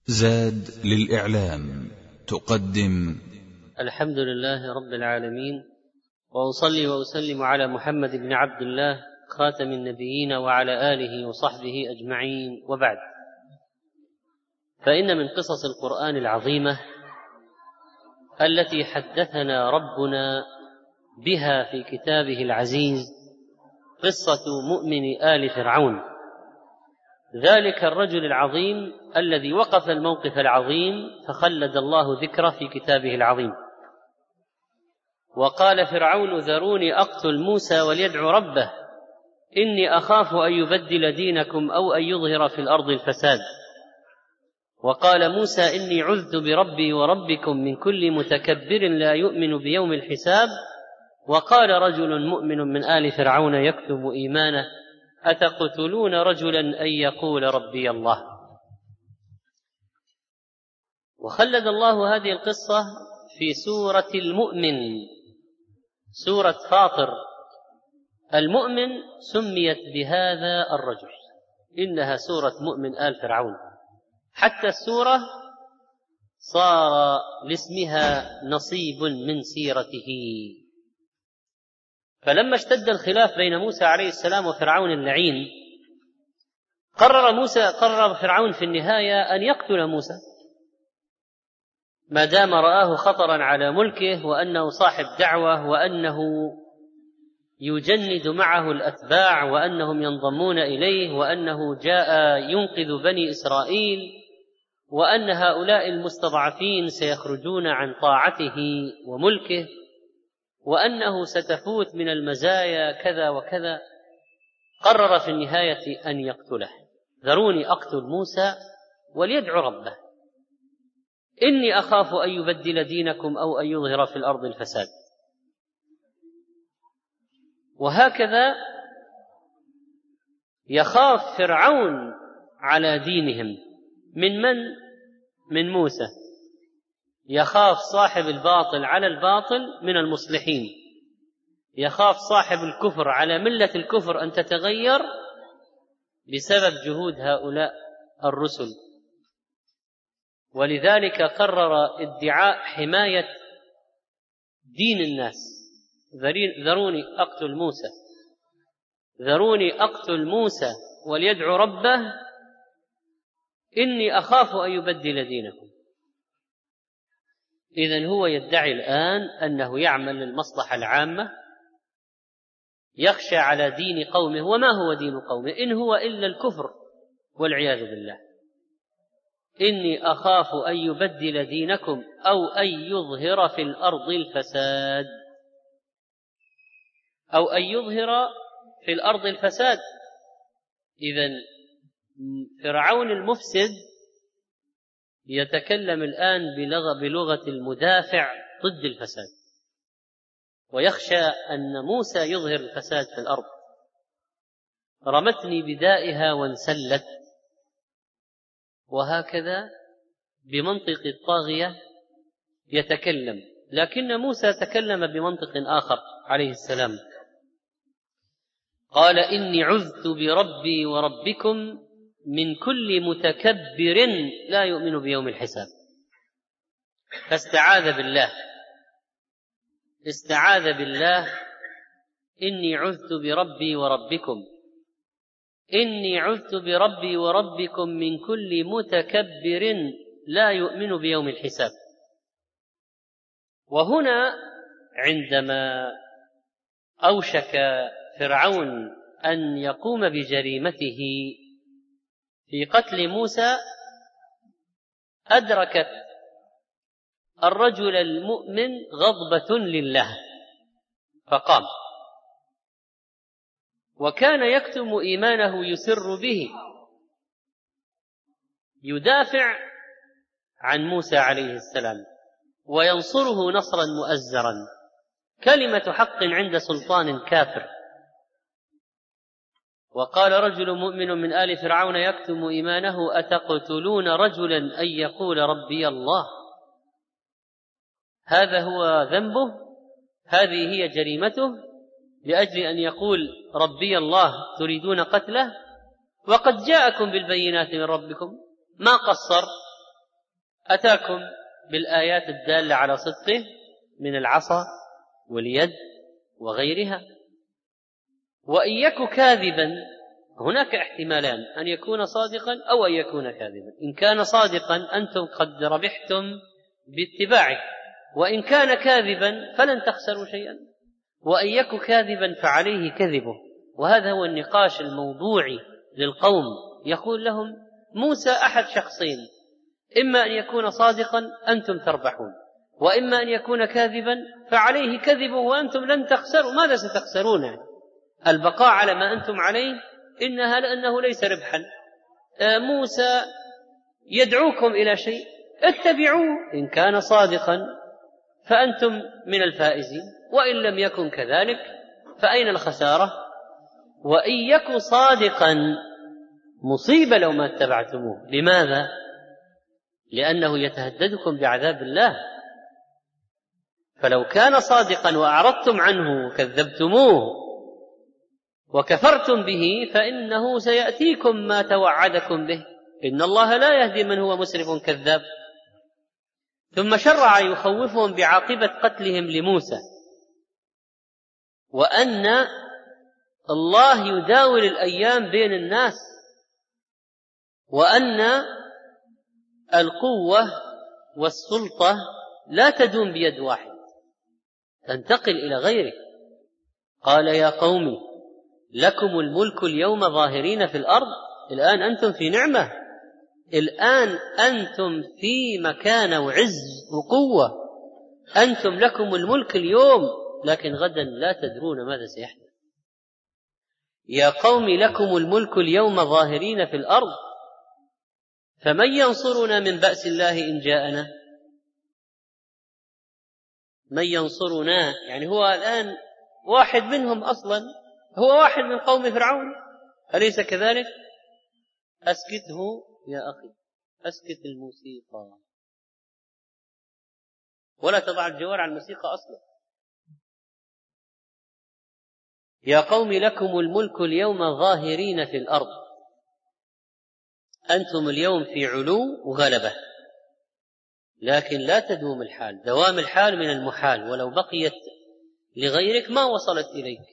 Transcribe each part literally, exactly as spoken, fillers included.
زاد للإعلام تقدم الحمد لله رب العالمين، وأصلي وأسلم على محمد بن عبد الله خاتم النبيين وعلى آله وصحبه أجمعين، وبعد. فإن من قصص القرآن العظيمة التي حدثنا ربنا بها في كتابه العزيز قصة مؤمن آل فرعون، ذلك الرجل العظيم الذي وقف الموقف العظيم فخلد الله ذكره في كتابه العظيم. وقال فرعون: ذروني أقتل موسى وليدع ربه إني أخاف أن يبدل دينكم أو أن يظهر في الأرض الفساد. وقال موسى: إني عذت بربي وربكم من كل متكبر لا يؤمن بيوم الحساب. وقال رجل مؤمن من آل فرعون يكتم إيمانه: أتقتلون رجلا أن يقول ربي الله. وخلد الله هذه القصة في سورة المؤمن، سورة فاطر. المؤمن سميت بهذا الرجل، إنها سورة مؤمن آل فرعون، حتى السورة صار لاسمها نصيب من سيرته. فلما اشتد الخلاف بين موسى عليه السلام وفرعون اللعين، قرر موسى قرر فرعون في النهاية أن يقتل موسى ما دام رآه خطرا على ملكه، وأنه صاحب دعوة، وأنه يجند معه الأتباع، وأنهم ينضمون إليه، وأنه جاء ينقذ بني إسرائيل، وأن هؤلاء المستضعفين سيخرجون عن طاعته وملكه، وأنه ستفوت من المزايا كذا وكذا. قرر في النهاية أن يقتله. ذروني أقتل موسى وليدع ربه إني أخاف أن يبدل دينكم أو أن يظهر في الأرض الفساد. وهكذا يخاف فرعون على دينهم. من من؟ من موسى. يخاف صاحب الباطل على الباطل من المصلحين، يخاف صاحب الكفر على ملة الكفر أن تتغير بسبب جهود هؤلاء الرسل. ولذلك قرر ادعاء حماية دين الناس. ذروني أقتل موسى ذروني أقتل موسى وليدع ربه إني أخاف أن يبدل دينكم. إذن هو يدعي الآن أنه يعمل للمصلحة العامة، يخشى على دين قومه. وما هو دين قومه؟ إن هو إلا الكفر والعياذ بالله. إني أخاف أن يبدل دينكم أو أن يظهر في الأرض الفساد أو أن يظهر في الأرض الفساد. إذن فرعون المفسد يتكلم الآن بلغة المدافع ضد الفساد، ويخشى أن موسى يظهر الفساد في الأرض. رمتني بدائها وانسلت. وهكذا بمنطق الطاغية يتكلم، لكن موسى تكلم بمنطق آخر عليه السلام. قال: إني عذت بربي وربكم من كل متكبر لا يؤمن بيوم الحساب. فاستعاذ بالله استعاذ بالله إني عذت بربي وربكم إني عذت بربي وربكم من كل متكبر لا يؤمن بيوم الحساب. وهنا عندما أوشك فرعون أن يقوم بجريمته في قتل موسى، أدركت الرجل المؤمن غضبة لله فقام، وكان يكتم إيمانه يسر به، يدافع عن موسى عليه السلام وينصره نصرا مؤزرا. كلمة حق عند سلطان كافر. وقال رجل مؤمن من آل فرعون يكتم إيمانه: أتقتلون رجلا أن يقول ربي الله. هذا هو ذنبه، هذه هي جريمته، لأجل أن يقول ربي الله تريدون قتله؟ وقد جاءكم بالبينات من ربكم. ما قصر أتاكم بالآيات الدالة على صدقه من العصا واليد وغيرها. وإن يك كاذبا، هناك احتمالان، أن يكون صادقا أو أن يكون كاذبا. إن كان صادقا أنتم قد ربحتم باتباعه، وإن كان كاذبا فلن تخسروا شيئا. وإن يك كاذبا فعليه كذبه. وهذا هو النقاش الموضوعي للقوم. يقول لهم موسى أحد شخصين، إما أن يكون صادقا أنتم تربحون، وإما أن يكون كاذبا فعليه كذبه وأنتم لن تخسروا. ماذا ستخسرون؟ البقاء على ما أنتم عليه، إنها لأنه ليس ربحا. موسى يدعوكم إلى شيء اتبعوه، إن كان صادقا فأنتم من الفائزين، وإن لم يكن كذلك فأين الخسارة؟ وإن يكن صادقا مصيبة لو ما اتبعتموه. لماذا؟ لأنه يتهددكم بعذاب الله. فلو كان صادقا وأعرضتم عنه وكذبتموه وكفرتم به فإنه سيأتيكم ما توعدكم به، إن الله لا يهدي من هو مسرف كذاب. ثم شرع يخوفهم بعاقبة قتلهم لموسى، وأن الله يداول الأيام بين الناس، وأن القوة والسلطة لا تدوم بيد واحد، تنتقل إلى غيره. قال يا قوم لكم الملك اليوم ظاهرين في الأرض. الآن أنتم في نعمة، الآن أنتم في مكان وعز وقوة، أنتم لكم الملك اليوم، لكن غدا لا تدرون ماذا سيحدث. يا قوم لكم الملك اليوم ظاهرين في الأرض فمن ينصرنا من بأس الله إن جاءنا. من ينصرنا يعني هو الآن واحد منهم، أصلا هو واحد من قوم فرعون، أليس كذلك؟ أسكته يا أخي، أسكت الموسيقى، ولا تضع الجوار على الموسيقى أصلا. يا قوم لكم الملك اليوم ظاهرين في الأرض، أنتم اليوم في علو وغلبة، لكن لا تدوم الحال. دوام الحال من المحال، ولو بقيت لغيرك ما وصلت إليك.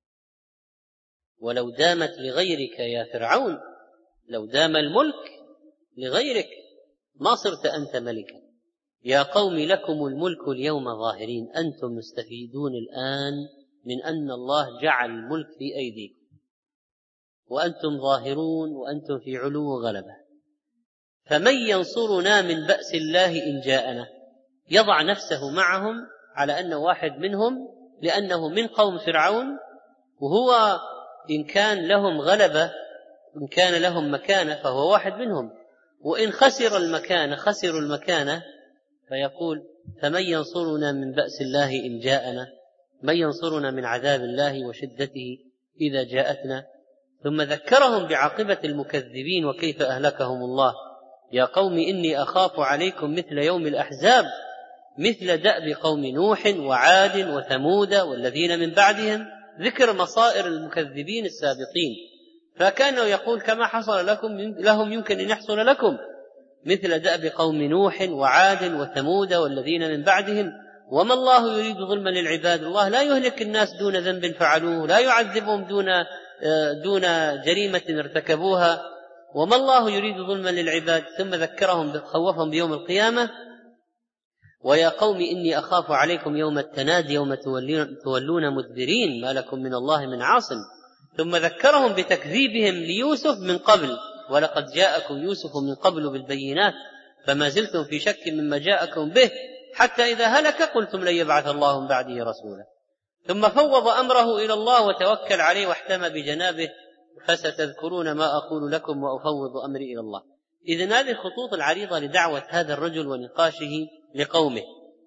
ولو دامت لغيرك يا فرعون، لو دام الملك لغيرك ما صرت أنت ملكا. يا قوم لكم الملك اليوم ظاهرين، أنتم مستفيدون الآن من أن الله جعل الملك في أيديكم، وأنتم ظاهرون وأنتم في علو وغلبة. فمن ينصرنا من بأس الله إن جاءنا. يضع نفسه معهم على أنه واحد منهم، لأنه من قوم فرعون، وهو إن كان لهم غلبة، إن كان لهم مكانة، فهو واحد منهم، وإن خسر المكانة خسروا المكانة. فيقول فمن ينصرنا من بأس الله إن جاءنا، من ينصرنا من عذاب الله وشدته إذا جاءتنا. ثم ذكرهم بعاقبة المكذبين وكيف أهلكهم الله. يا قوم إني أخاف عليكم مثل يوم الأحزاب، مثل دأب قوم نوح وعاد وثمود والذين من بعدهم، ذكر مصائر المكذبين السابقين. فكانوا يقول كما حصل لكم لهم يمكن أن يحصل لكم، مثل دأب قوم نوح وعاد وثمود والذين من بعدهم. وما الله يريد ظلما للعباد، الله لا يهلك الناس دون ذنب فعلوه، لا يعذبهم دون دون جريمة ارتكبوها، وما الله يريد ظلما للعباد. ثم ذكرهم خوفهم بيوم القيامة. ويا قوم إني أخاف عليكم يوم التناد يوم تولون مدبرين ما لكم من الله من عاصم. ثم ذكرهم بتكذيبهم ليوسف من قبل، ولقد جاءكم يوسف من قبل بالبينات فما زلتم في شك مما جاءكم به، حتى إذا هلك قلتم لن يبعث الله من بعده رسولا. ثم فوض أمره إلى الله وتوكل عليه واحتمى بجنابه، فستذكرون ما أقول لكم وأفوض أمري إلى الله. إذن هذه الخطوط العريضة لدعوة هذا الرجل ونقاشه لقومه.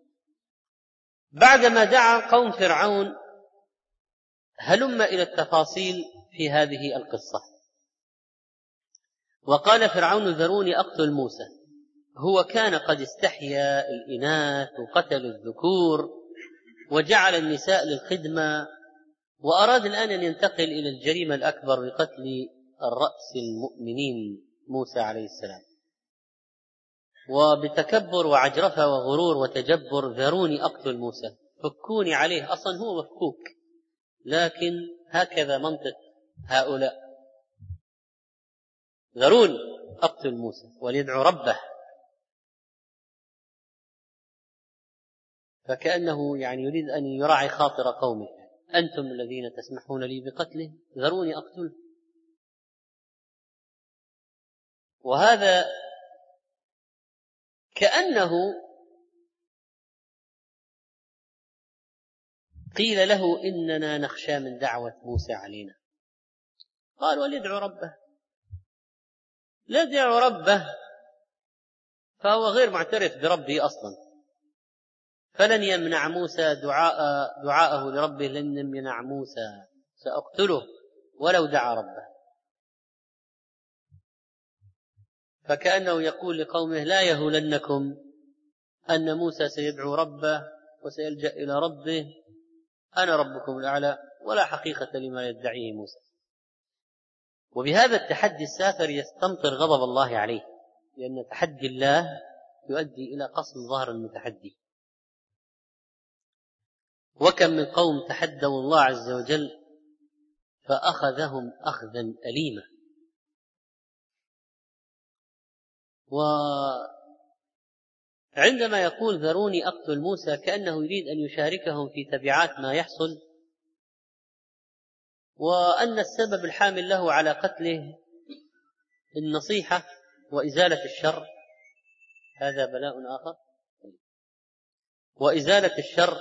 بعدما دعا قوم فرعون هلم إلى التفاصيل في هذه القصة. وقال فرعون ذروني أقتل موسى. هو كان قد استحيا الإناث وقتل الذكور وجعل النساء للخدمة، وأراد الآن أن ينتقل إلى الجريمة الأكبر بقتل الرأس المؤمنين موسى عليه السلام. وبتكبر وعجرفة وغرور وتجبر: ذروني أقتل موسى، فكوني عليه. أصلا هو مفكوك، لكن هكذا منطق هؤلاء: ذروني أقتل موسى وليدعو ربه. فكأنه يعني يريد أن يراعي خاطر قومه: أنتم الذين تسمحون لي بقتله، ذروني أقتله. وهذا كأنه قيل له: إننا نخشى من دعوة موسى علينا. قال: وليدعو ربه. لا يدعو ربه فهو غير معترف بربه أصلا، فلن يمنع موسى دعاء دعاءه لربه. لن يمنع موسى، سأقتله ولو دعا ربه. فكأنه يقول لقومه: لا يهولنكم أن موسى سيدعو ربه وسيلجأ إلى ربه، أنا ربكم الأعلى، ولا حقيقة لما يدعيه موسى. وبهذا التحدي السافر يستمطر غضب الله عليه، لأن تحدي الله يؤدي إلى قصم ظهر المتحدي. وكم من قوم تحدوا الله عز وجل فأخذهم أخذا أليما. وعندما يقول: ذروني أقتل موسى، كأنه يريد أن يشاركهم في تبعات ما يحصل، وأن السبب الحامل له على قتله النصيحة وإزالة الشر. هذا بلاء آخر. وإزالة الشر،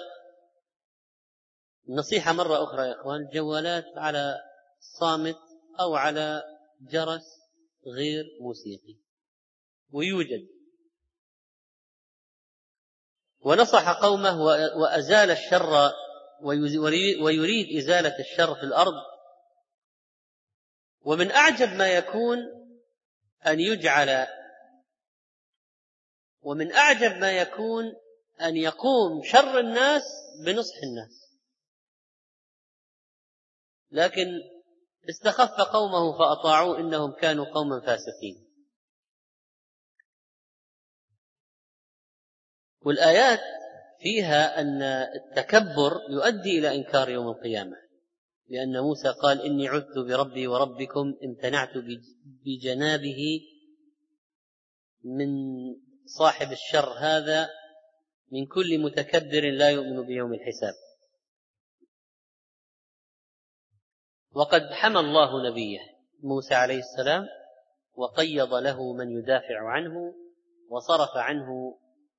النصيحة مرة أخرى يا إخوان: جوالات على صامت أو على جرس غير موسيقي ويوجد. ونصح قومه وأزال الشر، ويريد إزالة الشر في الأرض. ومن أعجب ما يكون أن يجعل ومن أعجب ما يكون أن يقوم شر الناس بنصح الناس، لكن استخف قومه فأطاعوه إنهم كانوا قوما فاسقين. والآيات فيها أن التكبر يؤدي إلى إنكار يوم القيامة، لأن موسى قال: إني عذت بربي وربكم امتنعت بجنابه من صاحب الشر هذا، من كل متكبر لا يؤمن بيوم الحساب. وقد حمى الله نبيه موسى عليه السلام وقيض له من يدافع عنه، وصرف عنه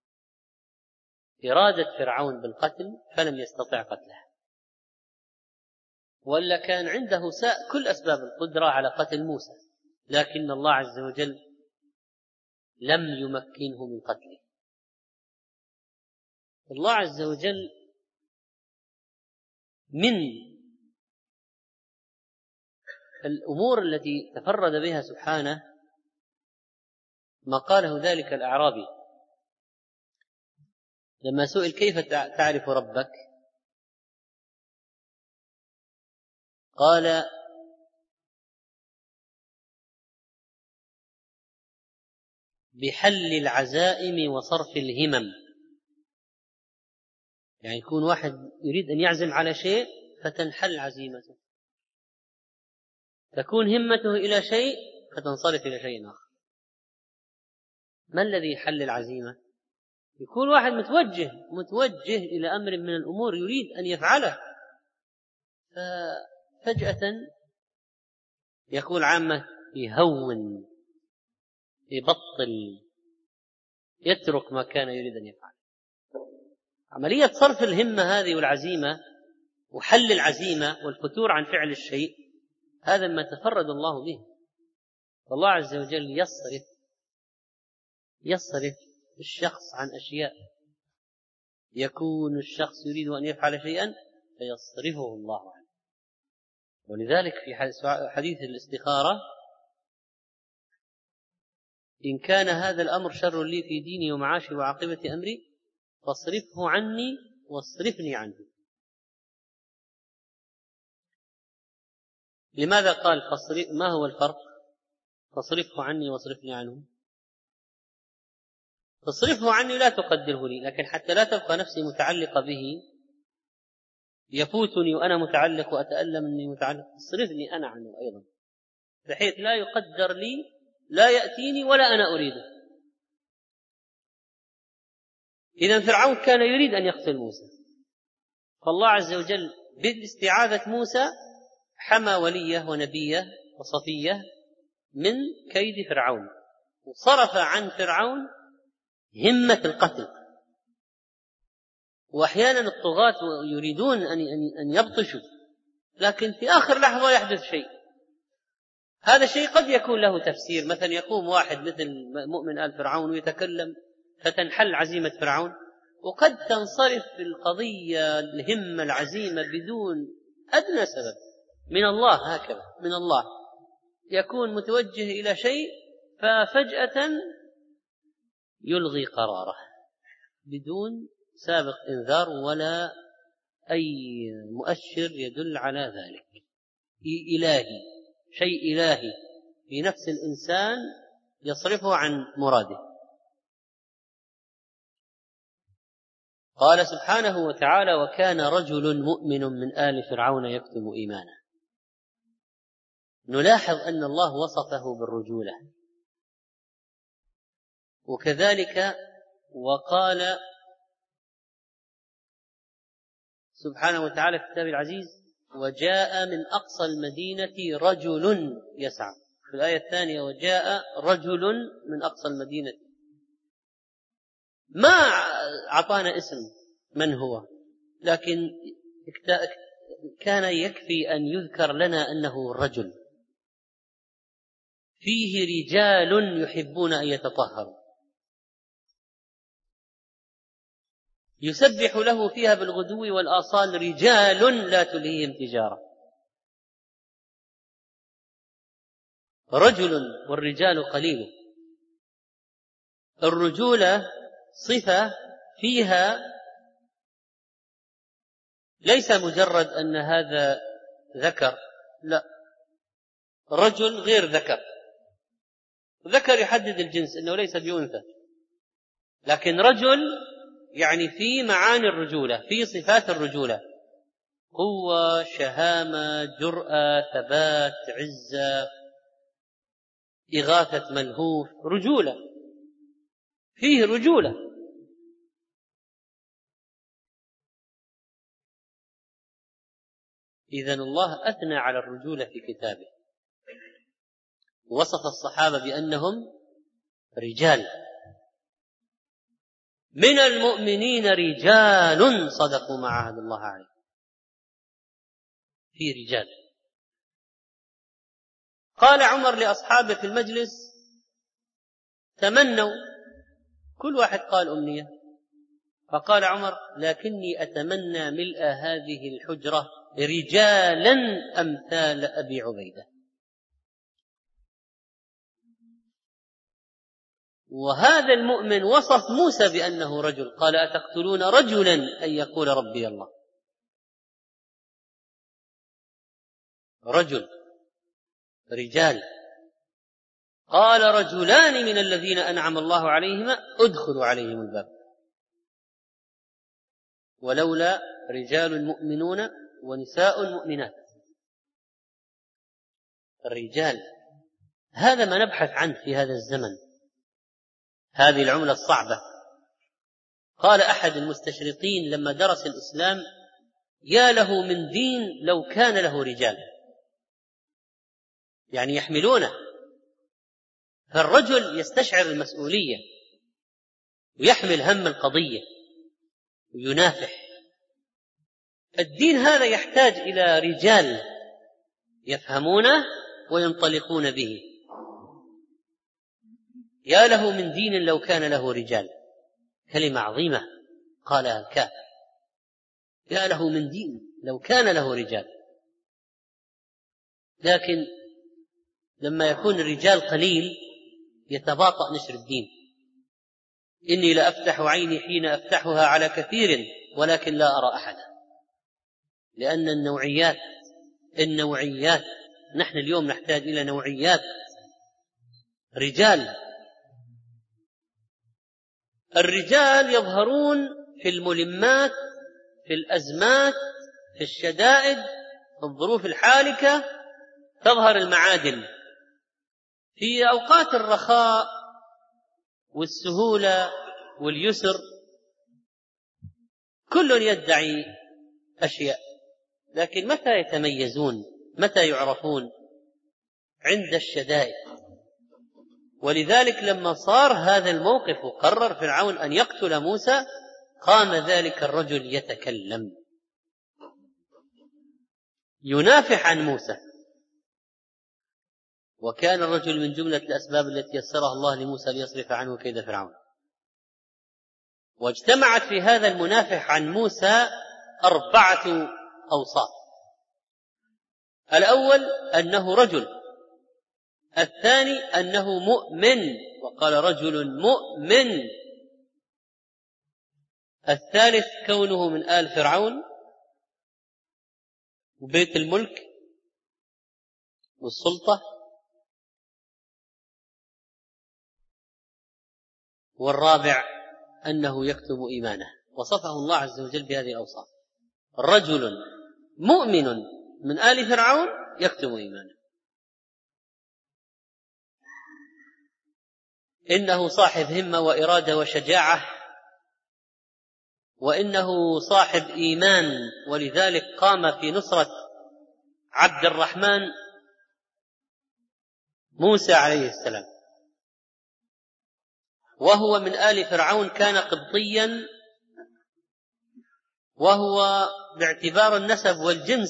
إرادة فرعون بالقتل فلم يستطع قتله، ولا كان عنده كل أسباب القدرة على قتل موسى، لكن الله عز وجل لم يمكنه من قتله. الله عز وجل من الأمور التي تفرد بها سبحانه ما قاله ذلك الأعرابي لما سئل: كيف تعرف ربك؟ قال: بحل العزائم وصرف الهمم. يعني يكون واحد يريد أن يعزم على شيء فتنحل عزيمته، تكون همته إلى شيء فتنصرف إلى شيء آخر. ما الذي حل العزيمة؟ يكون واحد متوجه متوجه إلى أمر من الأمور يريد أن يفعله، ففجأة يقول عامة يهون، يبطل، يترك ما كان يريد أن يفعل. عملية صرف الهمة هذه والعزيمة وحل العزيمة والفتور عن فعل الشيء، هذا ما تفرد الله به. فالله عز وجل يصرف يصرف الشخص عن أشياء، يكون الشخص يريد أن يفعل شيئا فيصرفه الله عنه. ولذلك في حديث الاستخارة: إن كان هذا الأمر شر لي في ديني ومعاشي وعاقبة أمري فاصرفه عني واصرفني عنه. لماذا قال فاصرف؟ ما هو الفرق؟ فاصرفه عني واصرفني عنه. تصرفه عني لا تقدره لي، لكن حتى لا تبقى نفسي متعلقة به يفوتني وأنا متعلق وأتألم أني متعلق، اصرفني أنا عنه أيضا بحيث لا يقدر لي، لا يأتيني ولا أنا أريده. إذن فرعون كان يريد أن يقتل موسى، فالله عز وجل باستعاذة موسى حمى وليه ونبيه وصفيه من كيد فرعون، وصرف عن فرعون همة القتل. وأحيانا الطغاة يريدون أن يبطشوا، لكن في آخر لحظة يحدث شيء، هذا الشيء قد يكون له تفسير، مثلا يقوم واحد مثل مؤمن آل فرعون ويتكلم فتنحل عزيمة فرعون، وقد تنصرف القضية الهمة العزيمة بدون أدنى سبب من الله، هكذا من الله يكون متوجه إلى شيء ففجأة يلغي قراره بدون سابق إنذار ولا أي مؤشر يدل على ذلك. إلهي، شيء إلهي في نفس الإنسان يصرفه عن مراده. قال سبحانه وتعالى: وكان رجل مؤمن من آل فرعون يكتم إيمانه. نلاحظ أن الله وصفه بالرجولة، وكذلك وقال سبحانه وتعالى في كتابه العزيز: وجاء من أقصى المدينة رجل يسعى. في الآية الثانية: وجاء رجل من أقصى المدينة. ما أعطانا اسم من هو، لكن كان يكفي أن يذكر لنا أنه رجل. فيه رجال يحبون أن يتطهروا، يسبح له فيها بالغدو والآصال رجال لا تلهيهم تجارة. رجل والرجال قليل. الرجولة صفة فيها ليس مجرد أن هذا ذكر، لا، رجل غير ذكر. ذكر يحدد الجنس أنه ليس بأنثى، لكن رجل يعني في معاني الرجولة، في صفات الرجولة: قوة، شهامة، جرأة، ثبات، عزة، إغاثة ملهوف، رجولة، فيه رجولة. إذن الله أثنى على الرجولة في كتابه، وصف الصحابة بأنهم رجال. من المؤمنين رجال صدقوا ما عاهدوا الله عليه. في رجال. قال عمر لأصحابه في المجلس: تمنوا، كل واحد قال أمنية، فقال عمر: لكني أتمنى ملء هذه الحجرة رجالا أمثال أبي عبيدة. وهذا المؤمن وصف موسى بأنه رجل، قال: أتقتلون رجلا أن يقول ربي الله. رجل، رجال. قال: رجلان من الذين أنعم الله عليهما ادخلوا عليهم الباب ولولا رجال مؤمنون ونساء مؤمنات. الرجال هذا ما نبحث عنه في هذا الزمن، هذه العملة الصعبة. قال أحد المستشرقين لما درس الإسلام: يا له من دين لو كان له رجال، يعني يحملونه. فالرجل يستشعر المسؤولية ويحمل هم القضية وينافح. الدين هذا يحتاج إلى رجال يفهمونه وينطلقون به. يا له من دين لو كان له رجال، كلمة عظيمة قالها الكافر. يا له من دين لو كان له رجال. لكن لما يكون الرجال قليل يتباطأ نشر الدين. إني لأفتح عيني حين أفتحها على كثير ولكن لا أرى أحدا. لأن النوعيات النوعيات نحن اليوم نحتاج إلى نوعيات رجال الرجال يظهرون في الملمات، في الأزمات، في الشدائد، في الظروف الحالكة تظهر المعادن. في أوقات الرخاء والسهولة واليسر كل يدعي أشياء، لكن متى يتميزون؟ متى يعرفون؟ عند الشدائد. ولذلك لما صار هذا الموقف وقرر فرعون أن يقتل موسى، قام ذلك الرجل يتكلم ينافح عن موسى. وكان الرجل من جملة الأسباب التي يسرها الله لموسى ليصرف عنه كيد فرعون. واجتمعت في هذا المنافح عن موسى أربعة أوصاف: الأول أنه رجل، الثاني أنه مؤمن، وقال رجل مؤمن، الثالث كونه من آل فرعون وبيت الملك والسلطة، والرابع أنه يكتم إيمانه. وصفه الله عز وجل بهذه الأوصاف: رجل مؤمن من آل فرعون يكتم إيمانه. إنه صاحب همة وإرادة وشجاعة، وإنه صاحب إيمان، ولذلك قام في نصرة عبد الرحمن موسى عليه السلام، وهو من آل فرعون، كان قبطيا، وهو باعتبار النسب والجنس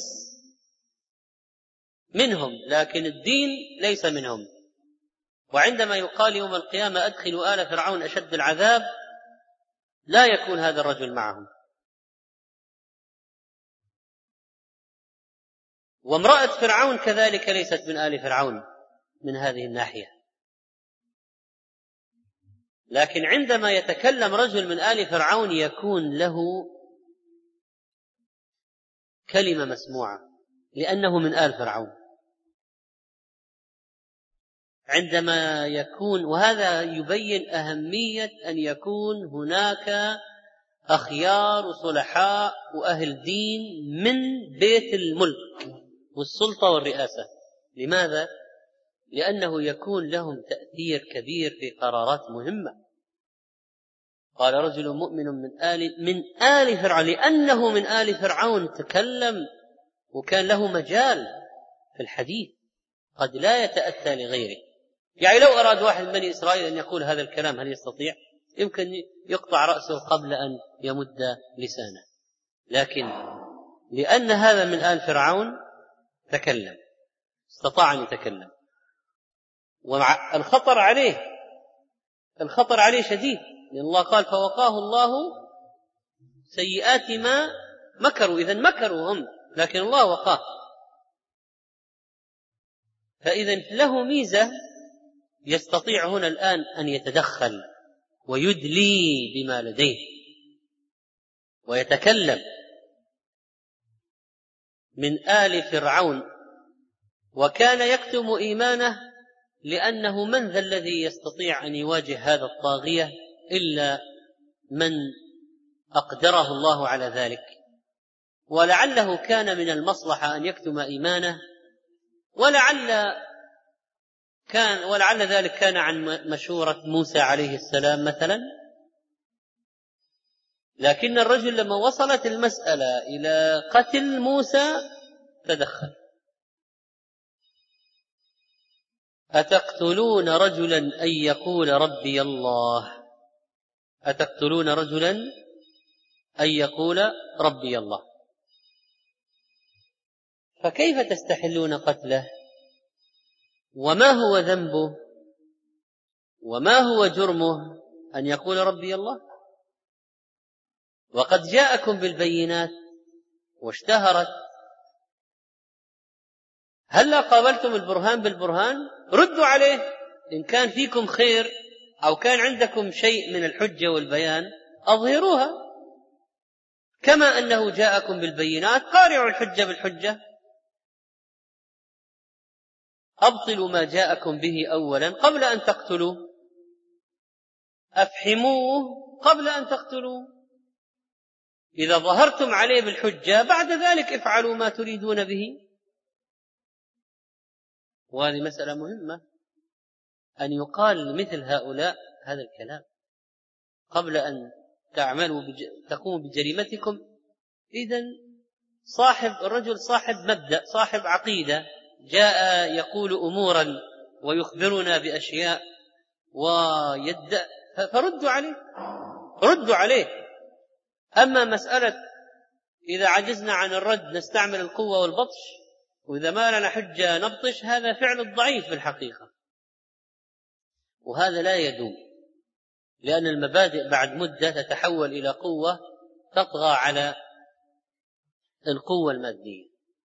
منهم، لكن الدين ليس منهم. وعندما يقال يوم القيامة أدخلوا آل فرعون أشد العذاب، لا يكون هذا الرجل معهم. وامرأة فرعون كذلك ليست من آل فرعون من هذه الناحية. لكن عندما يتكلم رجل من آل فرعون يكون له كلمة مسموعة، لأنه من آل فرعون. عندما يكون، وهذا يبين أهمية أن يكون هناك أخيار وصلحاء وأهل دين من بيت الملك والسلطة والرئاسة. لماذا؟ لأنه يكون لهم تأثير كبير في قرارات مهمة. قال رجل مؤمن من آل من آل فرعون، لأنه من آل فرعون تكلم وكان له مجال في الحديث قد لا يتأتى لغيره. يعني لو أراد واحد من بني إسرائيل أن يقول هذا الكلام هل يستطيع؟ يمكن يقطع رأسه قبل أن يمد لسانه، لكن لأن هذا من آل فرعون تكلم، استطاع أن يتكلم. والخطر عليه الخطر عليه شديد، لأن الله قال فوقاه الله سيئات ما مكروا. إذن مكروا هم، لكن الله وقاه. فإذن له ميزة، يستطيع هنا الآن أن يتدخل ويدلي بما لديه ويتكلم. من آل فرعون، وكان يكتم إيمانه، لأنه من ذا الذي يستطيع أن يواجه هذا الطاغية إلا من أقدره الله على ذلك. ولعله كان من المصلحة أن يكتم إيمانه، ولعل كان ولعل ذلك كان عن مشورة موسى عليه السلام مثلا. لكن الرجل لما وصلت المسألة إلى قتل موسى تدخل. أتقتلون رجلا أن يقول ربي الله أتقتلون رجلا أن يقول ربي الله فكيف تستحلون قتله؟ وما هو ذنبه؟ وما هو جرمه أن يقول ربي الله؟ وقد جاءكم بالبينات واشتهرت. هل قابلتم البرهان بالبرهان؟ ردوا عليه إن كان فيكم خير أو كان عندكم شيء من الحجة والبيان أظهروها، كما أنه جاءكم بالبينات قارعوا الحجة بالحجة. أبطلوا ما جاءكم به أولا قبل أن تقتلوا. أفحموه قبل أن تقتلوه، إذا ظهرتم عليه بالحجة بعد ذلك افعلوا ما تريدون به. وهذه مسألة مهمة أن يقال لمثل هؤلاء هذا الكلام قبل أن تعملوا بج... تقوموا بجريمتكم. إذن صاحب الرجل صاحب مبدأ، صاحب عقيدة، جاء يقول أمورا ويخبرنا بأشياء ويدعي، فردوا عليه، ردوا عليه. أما مسألة إذا عجزنا عن الرد نستعمل القوة والبطش، وإذا ما لنا حجة نبطش، هذا فعل الضعيف في الحقيقة، وهذا لا يدوم، لأن المبادئ بعد مدة تتحول إلى قوة تطغى على القوة المادية.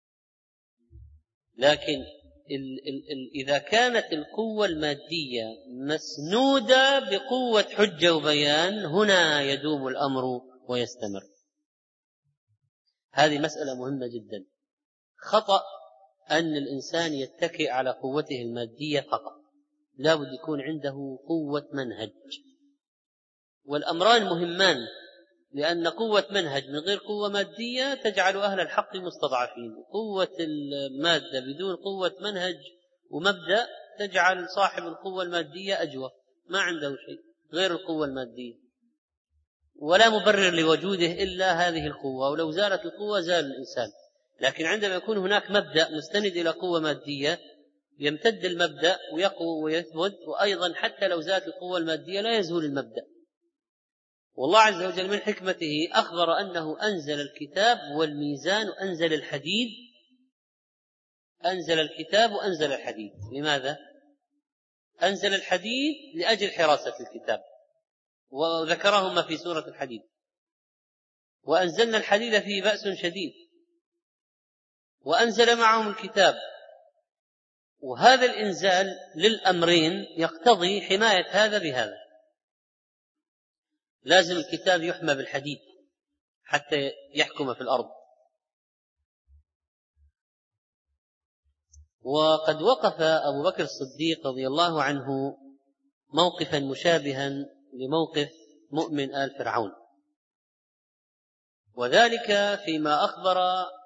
لكن ال ال ال إذا كانت القوة المادية مسنودة بقوة حجة وبيان، هنا يدوم الأمر ويستمر. هذه مسألة مهمة جدا. خطأ أن الإنسان يتكئ على قوته المادية فقط، لا بد يكون عنده قوة منهج. والأمران مهمان، لأن قوة منهج من غير قوة مادية تجعل أهل الحق مستضعفين، قوة المادة بدون قوة منهج ومبدأ تجعل صاحب القوة المادية أجوف، ما عنده شيء غير القوة المادية، ولا مبرر لوجوده إلا هذه القوة، ولو زالت القوة زال الإنسان. لكن عندما يكون هناك مبدأ مستند إلى قوة مادية يمتد المبدأ ويقوى ويثبت، وأيضا حتى لو زالت القوة المادية لا يزول المبدأ. والله عز وجل من حكمته أخبر أنه أنزل الكتاب والميزان وأنزل الحديد، أنزل الكتاب وأنزل الحديد. لماذا؟ أنزل الحديد لأجل حراسة الكتاب، وذكرهما في سورة الحديد، وأنزلنا الحديد فيه بأس شديد، وأنزل معهم الكتاب. وهذا الإنزال للأمرين يقتضي حماية هذا بهذا. لازم الكتاب يحمى بالحديد حتى يحكم في الأرض. وقد وقف أبو بكر الصديق رضي الله عنه موقفا مشابها لموقف مؤمن آل فرعون، وذلك فيما أخبر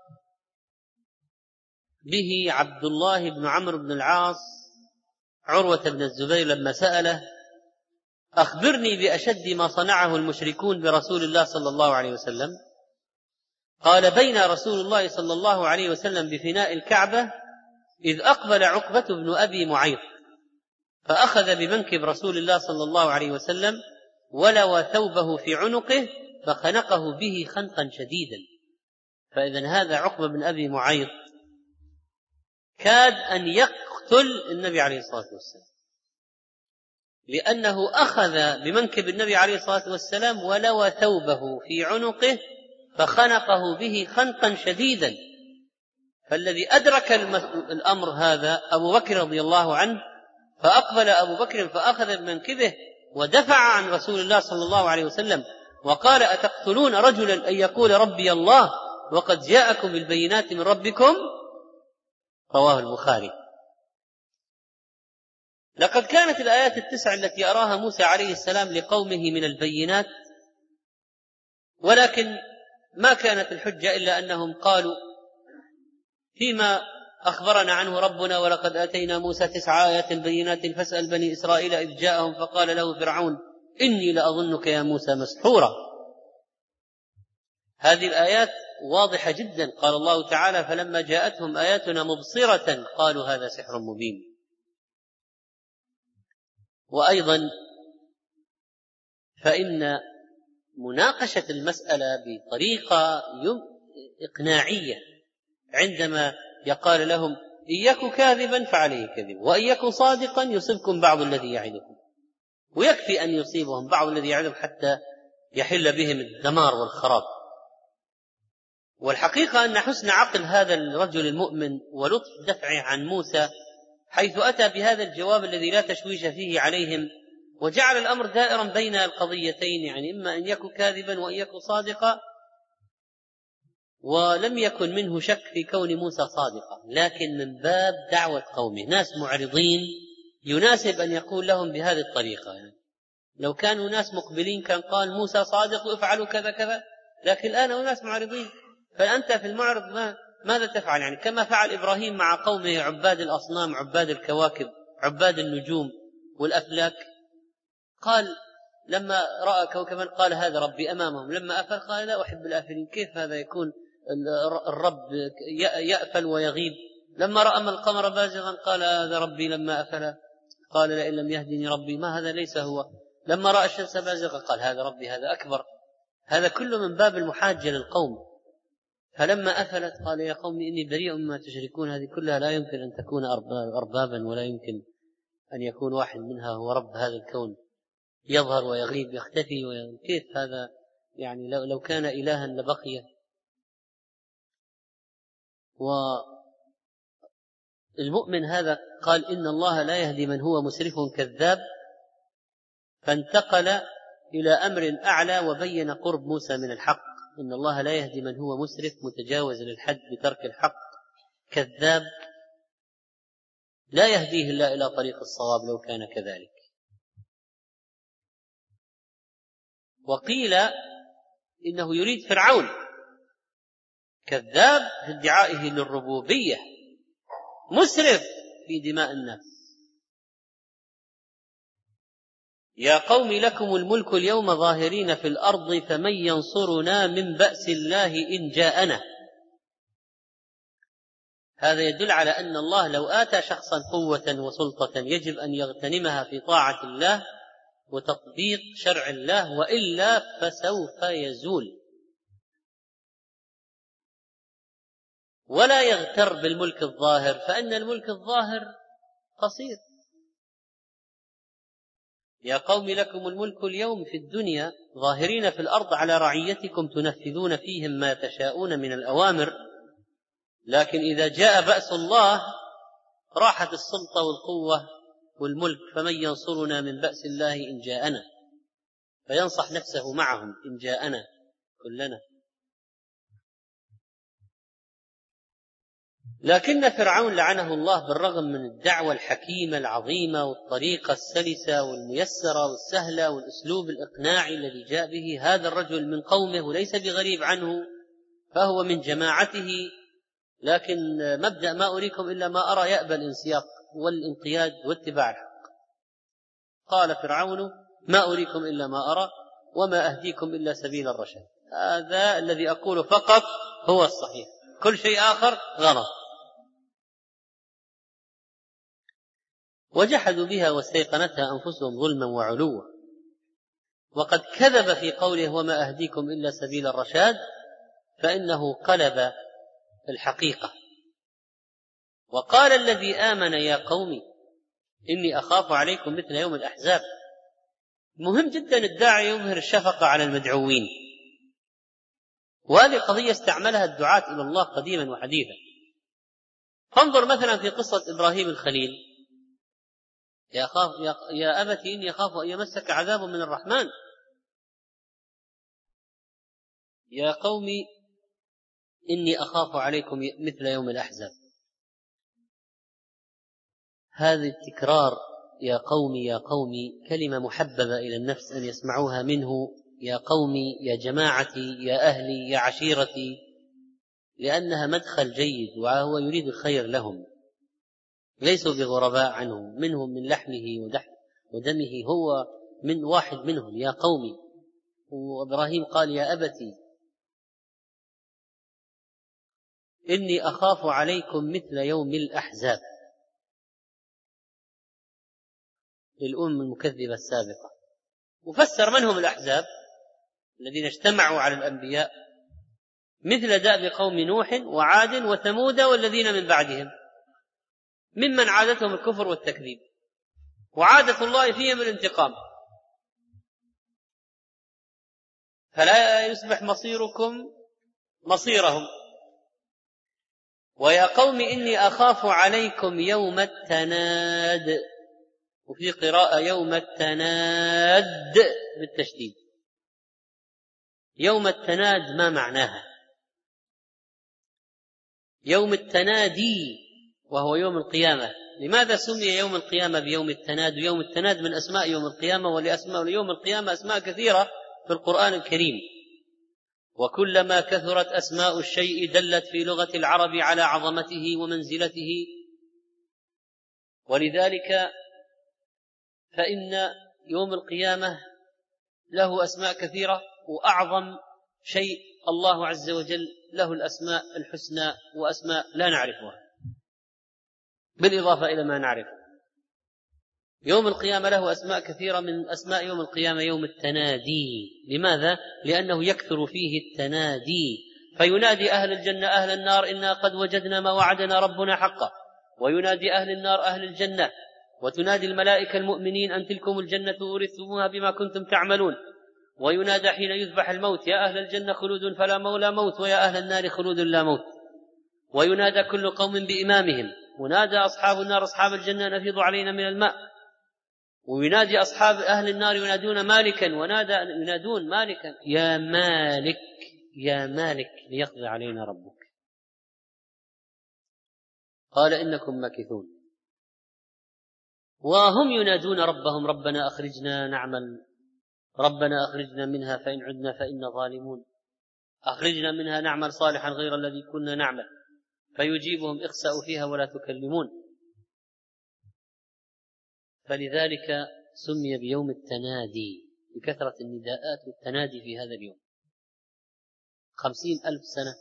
به عبد الله بن عمرو بن العاص عروة بن الزبير لما سأله: أخبرني بأشد ما صنعه المشركون برسول الله صلى الله عليه وسلم. قال: بين رسول الله صلى الله عليه وسلم بفناء الكعبة إذ أقبل عقبة بن أبي معيط فأخذ بمنكب رسول الله صلى الله عليه وسلم ولوى ثوبه في عنقه فخنقه به خنقا شديدا. فإذن هذا عقبة بن أبي معيط كاد أن يقتل النبي عليه الصلاة والسلام، لأنه أخذ بمنكب النبي عليه الصلاة والسلام ولوى ثوبه في عنقه فخنقه به خنقا شديدا. فالذي أدرك الأمر هذا أبو بكر رضي الله عنه، فأقبل أبو بكر فأخذ بمنكبه ودفع عن رسول الله صلى الله عليه وسلم وقال: أتقتلون رجلا أن يقول ربي الله وقد جاءكم بالبينات من ربكم؟ رواه البخاري. لقد كانت الآيات التسع التي أراها موسى عليه السلام لقومه من البينات، ولكن ما كانت الحجة إلا أنهم قالوا فيما أخبرنا عنه ربنا: ولقد آتينا موسى تسع آيات بينات فاسأل بني إسرائيل إذ جاءهم فقال له فرعون إني لأظنك يا موسى مسحورا. هذه الآيات واضحة جدا. قال الله تعالى: فلما جاءتهم آياتنا مبصرة قالوا هذا سحر مبين. وأيضا فإن مناقشة المسألة بطريقة إقناعية، عندما يقال لهم إن يك كاذبا فعليه كذب وإن يك صادقا يصيبكم بعض الذي يعدكم، ويكفي أن يصيبهم بعض الذي يعدهم حتى يحل بهم الدمار والخراب. والحقيقة أن حسن عقل هذا الرجل المؤمن ولطف دفعه عن موسى حيث أتى بهذا الجواب الذي لا تشويش فيه عليهم، وجعل الأمر دائرا بين القضيتين، يعني إما أن يكون كاذبا وأن يكون صادقا، ولم يكن منه شك في كون موسى صادقا، لكن من باب دعوة قومه، ناس معرضين يناسب أن يقول لهم بهذه الطريقة، يعني لو كانوا ناس مقبلين كان قال موسى صادق وافعلوا كذا كذا، لكن الآن أناس معرضين. فأنت في المعرض ما ماذا تفعل؟ يعني كما فعل إبراهيم مع قومه عباد الأصنام، عباد الكواكب، عباد النجوم والأفلاك. قال لما رأى كوكبا قال هذا ربي أمامهم، لما أفل قال لا أحب الآفلين. كيف هذا يكون الرب يأفل ويغيب؟ لما رأى القمر بازغا قال هذا ربي لما أفل، قال لئن لم يهدني ربي ما هذا ليس هو. لما رأى الشمس بازغا قال هذا ربي هذا أكبر. هذا كله من باب المحاجة للقوم. فلما أفلت قال يا قوم إني بريء مما تشركون. هذه كلها لا يمكن أن تكون أربابا، ولا يمكن أن يكون واحد منها هو رب هذا الكون، يظهر ويغيب، يختفي ويغيب. كيف هذا؟ يعني لو, لو كان إلها لبقي. والمؤمن هذا قال إن الله لا يهدي من هو مسرف كذاب، فانتقل إلى أمر أعلى وبين قرب موسى من الحق. إن الله لا يهدي من هو مسرف متجاوز للحد بترك الحق كذاب، لا يهديه إلا إلى طريق الصواب لو كان كذلك. وقيل إنه يريد فرعون كذاب في ادعائه للربوبية، مسرف في دماء الناس. يا قوم لكم الملك اليوم ظاهرين في الأرض فمن ينصرنا من بأس الله إن جاءنا. هذا يدل على أن الله لو آتى شخصا قوة وسلطة يجب أن يغتنمها في طاعة الله وتطبيق شرع الله، وإلا فسوف يزول. ولا يغتر بالملك الظاهر، فإن الملك الظاهر قصير. يا قوم لكم الملك اليوم في الدنيا ظاهرين في الأرض على رعيتكم تنفذون فيهم ما تشاءون من الأوامر، لكن إذا جاء بأس الله راحت السلطة والقوة والملك. فمن ينصرنا من بأس الله إن جاءنا، فينصح نفسه معهم إن جاءنا كلنا. لكن فرعون لعنه الله بالرغم من الدعوة الحكيمة العظيمة والطريقة السلسة والميسرة والسهلة والأسلوب الإقناعي الذي جاء به هذا الرجل من قومه وليس بغريب عنه، فهو من جماعته، لكن مبدأ ما أريكم إلا ما أرى يأبى الانسياق والانقياد واتباع الحق. قال فرعون ما أريكم إلا ما أرى وما أهديكم إلا سبيل الرشاد. هذا الذي أقول فقط هو الصحيح، كل شيء آخر غلط. وجحدوا بها واستيقنتها أنفسهم ظلما وعلوا. وقد كذب في قوله وما أهديكم إلا سبيل الرشاد، فإنه قلب الحقيقة. وقال الذي آمن يا قوم إني أخاف عليكم مثل يوم الأحزاب. مهم جدا الداعي يظهر الشفقة على المدعوين، وهذه قضية استعملها الدعاة إلى الله قديما وحديثا. فانظر مثلا في قصة إبراهيم الخليل، يا, خاف يا أبت إني أخاف أن يمسك عذاب من الرحمن. يا قوم إني أخاف عليكم مثل يوم الأحزاب. هذا التكرار يا قومي يا قومي كلمة محببة إلى النفس أن يسمعوها منه. يا قومي، يا جماعتي، يا أهلي، يا عشيرتي، لأنها مدخل جيد وهو يريد الخير لهم، ليسوا بغرباء عنه، منهم من لحمه ودمه، هو من واحد منهم. يا قومي. وإبراهيم قال يا أبتي إني أخاف عليكم مثل يوم الأحزاب للأمم المكذبة السابقة. وفسر من هم الأحزاب الذين اجتمعوا على الأنبياء، مثل دأب قوم نوح وعاد وثمود والذين من بعدهم، ممن عادتهم الكفر والتكذيب، وعادة الله فيهم الانتقام، فلا يصبح مصيركم مصيرهم. ويا قوم إني أخاف عليكم يوم التناد، وفي قراءة يوم التناد بالتشديد. يوم التناد ما معناها؟ يوم التنادي وهو يوم القيامة، لماذا سمي يوم القيامة بيوم التناد؟ ويوم التناد من أسماء يوم القيامة، ولأسماء يوم القيامة أسماء كثيرة في القرآن الكريم، وكلما كثرت أسماء الشيء دلت في لغة العرب على عظمته ومنزلته. ولذلك فإن يوم القيامة له أسماء كثيرة، وأعظم شيء الله عز وجل له الأسماء الحسنى، وأسماء لا نعرفها بالإضافة إلى ما نعرف. يوم القيامة له أسماء كثيرة، من أسماء يوم القيامة يوم التنادي. لماذا؟ لأنه يكثر فيه التنادي، فينادي أهل الجنة أهل النار إنا قد وجدنا ما وعدنا ربنا حقا، وينادي أهل النار أهل الجنة، وتنادي الملائكة المؤمنين أن تلكم الجنة أورثتموها بما كنتم تعملون، وينادى حين يذبح الموت يا أهل الجنة خلود فلا مولى موت، ويا أهل النار خلود لا موت، وينادى كل قوم بإمامهم، ونادى أصحاب النار أصحاب الجنة نفيض علينا من الماء، وينادي أصحاب أهل النار ينادون مالكا، ونادى ينادون مالكا يا مالك يا مالك ليقضي علينا ربك، قال إنكم ماكثون. وهم ينادون ربهم ربنا أخرجنا نعمل ربنا أخرجنا منها فإن عدنا فإنا ظالمون، أخرجنا منها نعمل صالحا غير الذي كنا نعمل، فيجيبهم اخسأوا فيها ولا تكلمون. فلذلك سمي بيوم التنادي بكثرة النداءات والتنادي في هذا اليوم. خمسين ألف سنة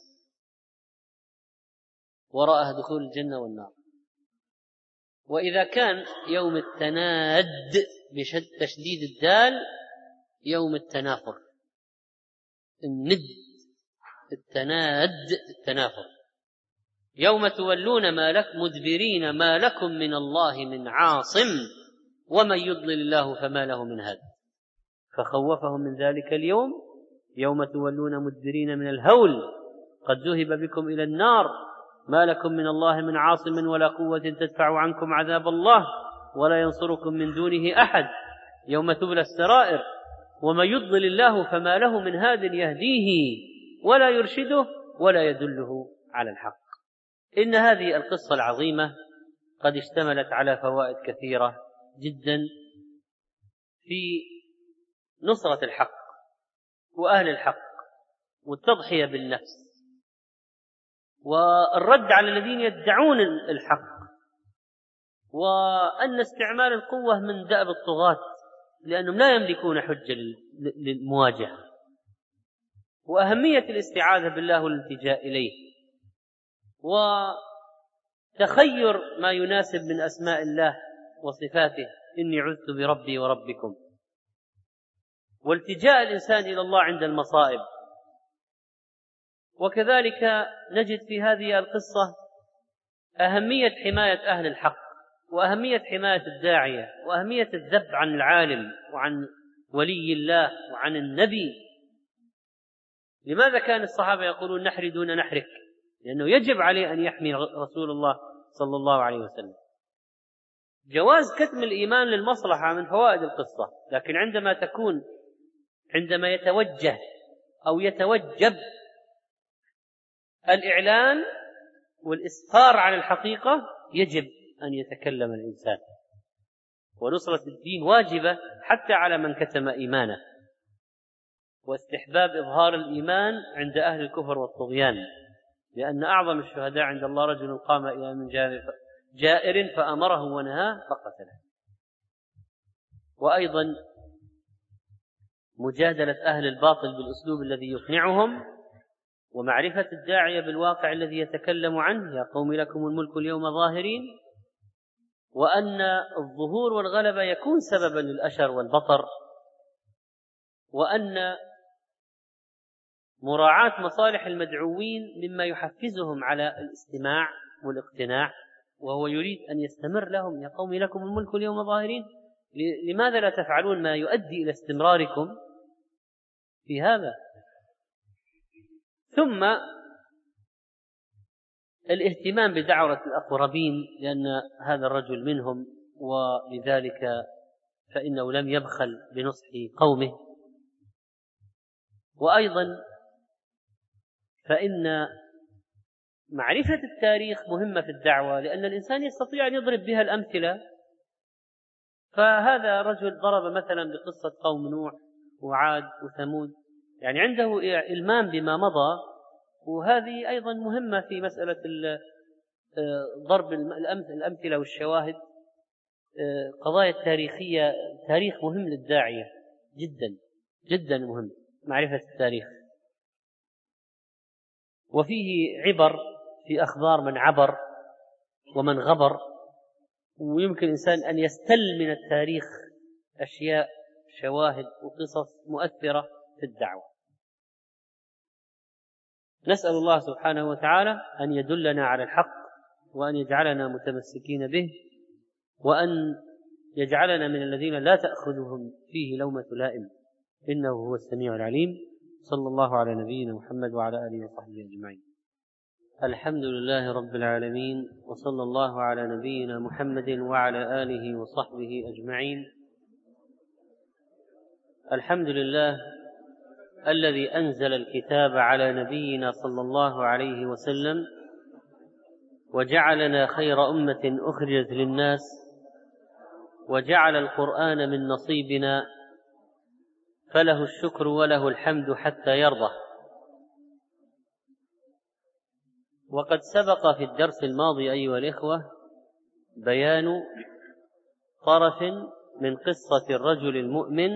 وراءها دخول الجنة والنار. وإذا كان يوم التناد بشد تشديد الدال يوم التنافر، الند التناد التنافر، يوم تولون ما لك مدبرين ما لكم من الله من عاصم ومن يضلل الله فما له من هاد. فخوفهم من ذلك اليوم يوم تولون مدبرين من الهول قد ذهب بكم إلى النار ما لكم من الله من عاصم ولا قوة تدفع عنكم عذاب الله ولا ينصركم من دونه أحد يوم تبلى السرائر ومن يضلل الله فما له من هاد يهديه ولا يرشده ولا يدله على الحق. إن هذه القصة العظيمة قد اشتملت على فوائد كثيرة جدا في نصرة الحق وأهل الحق والتضحية بالنفس والرد على الذين يدعون الحق، وأن استعمال القوة من دأب الطغاة لأنهم لا يملكون حجة للمواجهة، وأهمية الاستعاذة بالله والالتجاء إليه، وتخير ما يناسب من أسماء الله وصفاته إني عذت بربي وربكم، والتجاء الإنسان إلى الله عند المصائب. وكذلك نجد في هذه القصة أهمية حماية أهل الحق، وأهمية حماية الداعية، وأهمية الذب عن العالم وعن ولي الله وعن النبي. لماذا كان الصحابة يقولون نحري دون نحرك؟ لأنه يجب عليه أن يحمي رسول الله صلى الله عليه وسلم. جواز كتم الإيمان للمصلحة من فوائد القصة، لكن عندما تكون عندما يتوجه أو يتوجب الإعلان والإسفار عن الحقيقة يجب أن يتكلم الإنسان. ونصرة الدين واجبة حتى على من كتم إيمانه، واستحباب إظهار الإيمان عند أهل الكفر والطغيان، لأن أعظم الشهداء عند الله رجل قام إلى من جائر فأمره ونهاه فقتله. وأيضا مجادلة أهل الباطل بالأسلوب الذي يقنعهم، ومعرفة الداعية بالواقع الذي يتكلم عنه يا قوم لكم الملك اليوم ظاهرين، وأن الظهور والغلبة يكون سببا للأشر والبطر، وأن مراعاة مصالح المدعوين مما يحفزهم على الاستماع والاقتناع، وهو يريد أن يستمر لهم يا قوم لكم الملك اليوم ظاهرين، لماذا لا تفعلون ما يؤدي إلى استمراركم في هذا؟ ثم الاهتمام بدعوة الأقربين، لأن هذا الرجل منهم، ولذلك فإنه لم يبخل بنصح قومه. وأيضا فإن معرفة التاريخ مهمة في الدعوة، لأن الإنسان يستطيع أن يضرب بها الأمثلة. فهذا رجل ضرب مثلا بقصة قوم نوح وعاد وثمود، يعني عنده إلمام بما مضى، وهذه أيضا مهمة في مسألة ضرب الأمثلة والشواهد. قضايا التاريخية، تاريخ مهم للداعية جدا جدا مهم، معرفة التاريخ. وفيه عبر في أخبار من عبر ومن غبر، ويمكن الإنسان أن يستل من التاريخ أشياء، شواهد وقصص مؤثرة في الدعوة. نسأل الله سبحانه وتعالى أن يدلنا على الحق، وأن يجعلنا متمسكين به، وأن يجعلنا من الذين لا تأخذهم فيه لومة لائم، إنه هو السميع العليم. صلى الله على نبينا محمد وعلى آله وصحبه أجمعين. الحمد لله رب العالمين، وصلى الله على نبينا محمد وعلى آله وصحبه أجمعين. الحمد لله الذي أنزل الكتاب على نبينا صلى الله عليه وسلم، وجعلنا خير أمة أخرجت للناس، وجعل القرآن من نصيبنا، فله الشكر وله الحمد حتى يرضى. وقد سبق في الدرس الماضي أيها الإخوة بيان طرف من قصة الرجل المؤمن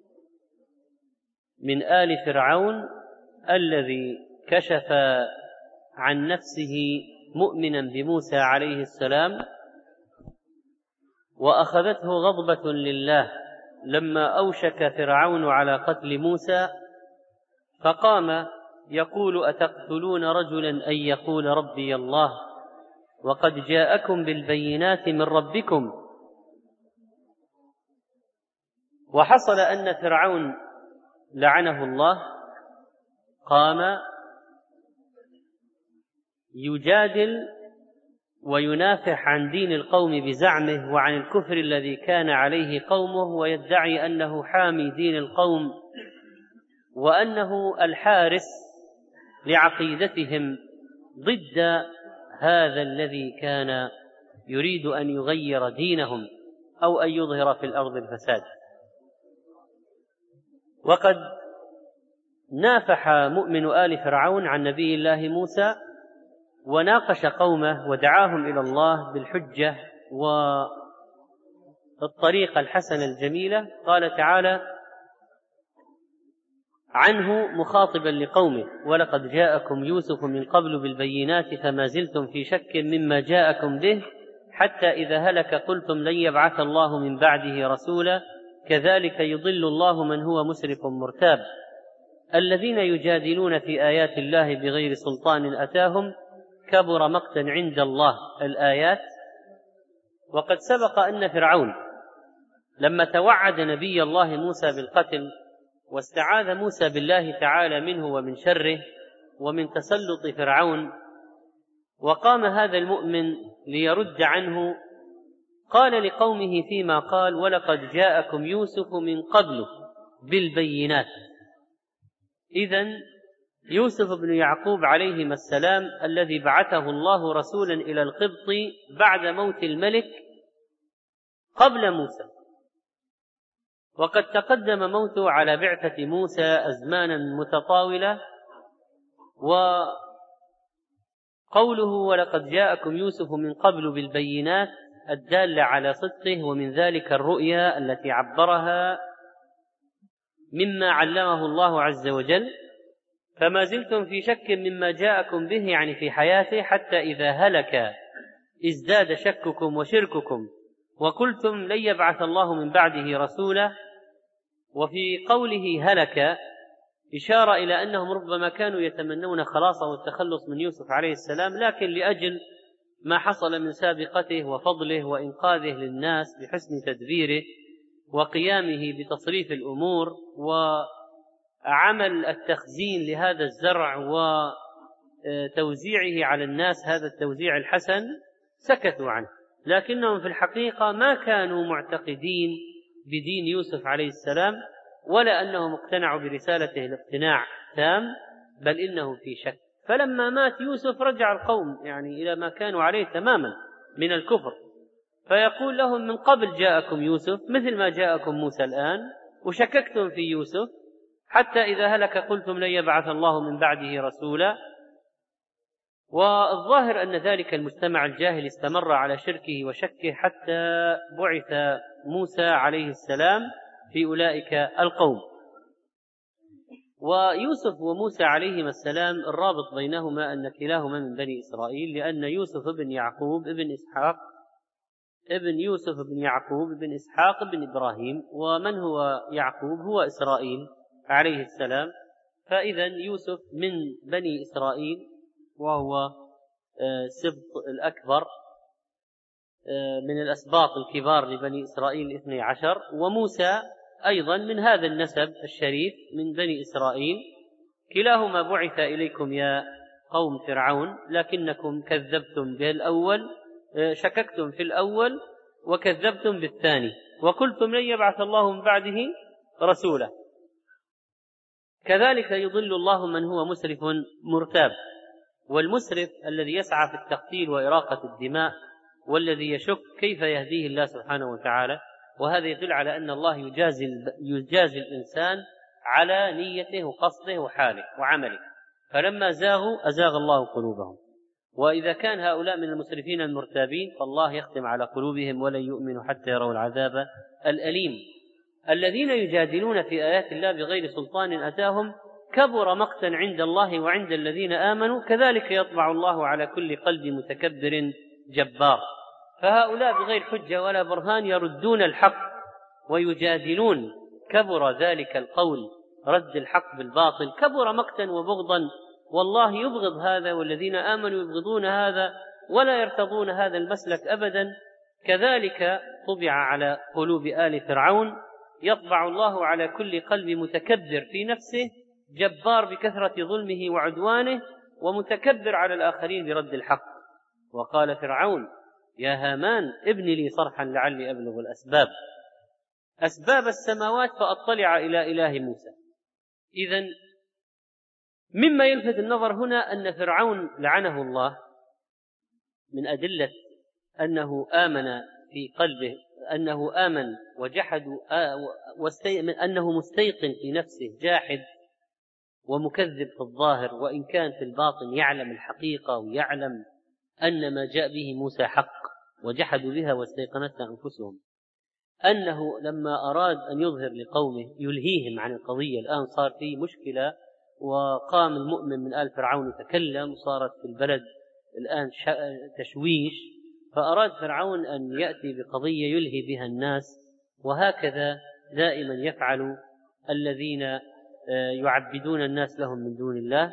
من آل فرعون الذي كشف عن نفسه مؤمنا بموسى عليه السلام، وأخذته غضبة لله لما أوشك فرعون على قتل موسى، فقام يقول: أتقتلون رجلا أن يقول ربي الله وقد جاءكم بالبينات من ربكم. وحصل أن فرعون لعنه الله قام يجادل وينافح عن دين القوم بزعمه وعن الكفر الذي كان عليه قومه، ويدعي أنه حامي دين القوم وأنه الحارس لعقيدتهم ضد هذا الذي كان يريد أن يغير دينهم أو أن يظهر في الأرض الفساد. وقد نافح مؤمن آل فرعون عن نبي الله موسى، وناقش قومه ودعاهم إلى الله بالحجة والطريقة الحسنة الجميلة. قال تعالى عنه مخاطبا لقومه: ولقد جاءكم يوسف من قبل بالبينات فما زلتم في شك مما جاءكم به، حتى إذا هلك قلتم لن يبعث الله من بعده رسولا، كذلك يضل الله من هو مسرف مرتاب، الذين يجادلون في آيات الله بغير سلطان أتاهم، كبر مقتا عند الله. الآيات. وقد سبق أن فرعون لما توعد نبي الله موسى بالقتل، واستعاذ موسى بالله تعالى منه ومن شره ومن تسلط فرعون، وقام هذا المؤمن ليرد عنه، قال لقومه فيما قال: ولقد جاءكم يوسف من قبل بالبينات. إذن يوسف بن يعقوب عليهما السلام الذي بعثه الله رسولا إلى القبط بعد موت الملك قبل موسى، وقد تقدم موته على بعثة موسى أزمانا متطاولة. وقوله ولقد جاءكم يوسف من قبل بالبينات الدالة على صدقه، ومن ذلك الرؤيا التي عبرها مما علمه الله عز وجل. فما زلتم في شك مما جاءكم به، يعني في حياته، حتى إذا هلك ازداد شككم وشرككم، وقلتم لن يبعث الله من بعده رسولا. وفي قوله هلك إشارة إلى أنهم ربما كانوا يتمنون خلاصه والتخلص من يوسف عليه السلام، لكن لأجل ما حصل من سابقته وفضله وإنقاذه للناس بحسن تدبيره وقيامه بتصريف الأمور وعمل التخزين لهذا الزرع وتوزيعه على الناس هذا التوزيع الحسن، سكتوا عنه. لكنهم في الحقيقة ما كانوا معتقدين بدين يوسف عليه السلام، ولا أنهم اقتنعوا برسالته الاقتناع تام، بل إنهم في شك. فلما مات يوسف رجع القوم يعني إلى ما كانوا عليه تماما من الكفر، فيقول لهم من قبل جاءكم يوسف مثل ما جاءكم موسى الآن، وشككتم في يوسف حتى إذا هلك قلتم لن يبعث الله من بعده رسولا. والظاهر أن ذلك المجتمع الجاهل استمر على شركه وشكه حتى بعث موسى عليه السلام في أولئك القوم. ويوسف وموسى عليهما السلام الرابط بينهما أن كلاهما من بني إسرائيل، لأن يوسف بن يعقوب ابن إسحاق ابن يوسف بن يعقوب بن إسحاق بن إبراهيم، ومن هو يعقوب هو إسرائيل عليه السلام. فإذا يوسف من بني إسرائيل وهو سبط الأكبر من الأسباط الكبار لبني إسرائيل الاثني عشر، وموسى أيضا من هذا النسب الشريف من بني إسرائيل. كلاهما بعث إليكم يا قوم فرعون لكنكم كذبتم بالأول، شككتم في الأول وكذبتم بالثاني، وقلتم لن يبعث الله من بعده رسولا. كذلك يضل الله من هو مسرف مرتاب، والمسرف الذي يسعى في التقتيل وإراقة الدماء والذي يشك كيف يهديه الله سبحانه وتعالى. وهذا يدل على أن الله يجازي, يجازي الإنسان على نيته وقصده وحاله وعمله، فلما زاغوا أزاغ الله قلوبهم. وإذا كان هؤلاء من المسرفين المرتابين فالله يختم على قلوبهم ولن يؤمنوا حتى يروا العذاب الأليم. الذين يجادلون في آيات الله بغير سلطان أتاهم كبر مقتا عند الله وعند الذين آمنوا كذلك يطبع الله على كل قلب متكبر جبار. فهؤلاء بغير حجة ولا برهان يردون الحق ويجادلون، كبر ذلك القول رد الحق بالباطل كبر مقتا وبغضا، والله يبغض هذا والذين آمنوا يبغضون هذا ولا يرتضون هذا المسلك أبدا. كذلك طبع على قلوب آل فرعون، يطبع الله على كل قلب متكبر في نفسه جبار بكثرة ظلمه وعدوانه ومتكبر على الآخرين برد الحق. وقال فرعون يا هامان ابن لي صرحا لعلي أبلغ الأسباب أسباب السماوات فأطلع إلى إله موسى. إذن مما يلفت النظر هنا أن فرعون لعنه الله من أدلة أنه آمن في قلبه أنه آمن وجحد أنه مستيقن في نفسه جاحد ومكذب في الظاهر، وإن كان في الباطن يعلم الحقيقة ويعلم أن ما جاء به موسى حق وجحدوا بها واستيقنتها أنفسهم. أنه لما أراد أن يظهر لقومه يلهيهم عن القضية، الآن صار في مشكلة وقام المؤمن من آل فرعون يتكلم وصارت في البلد الآن تشويش، فأراد فرعون أن يأتي بقضية يلهي بها الناس، وهكذا دائما يفعل الذين يعبدون الناس لهم من دون الله.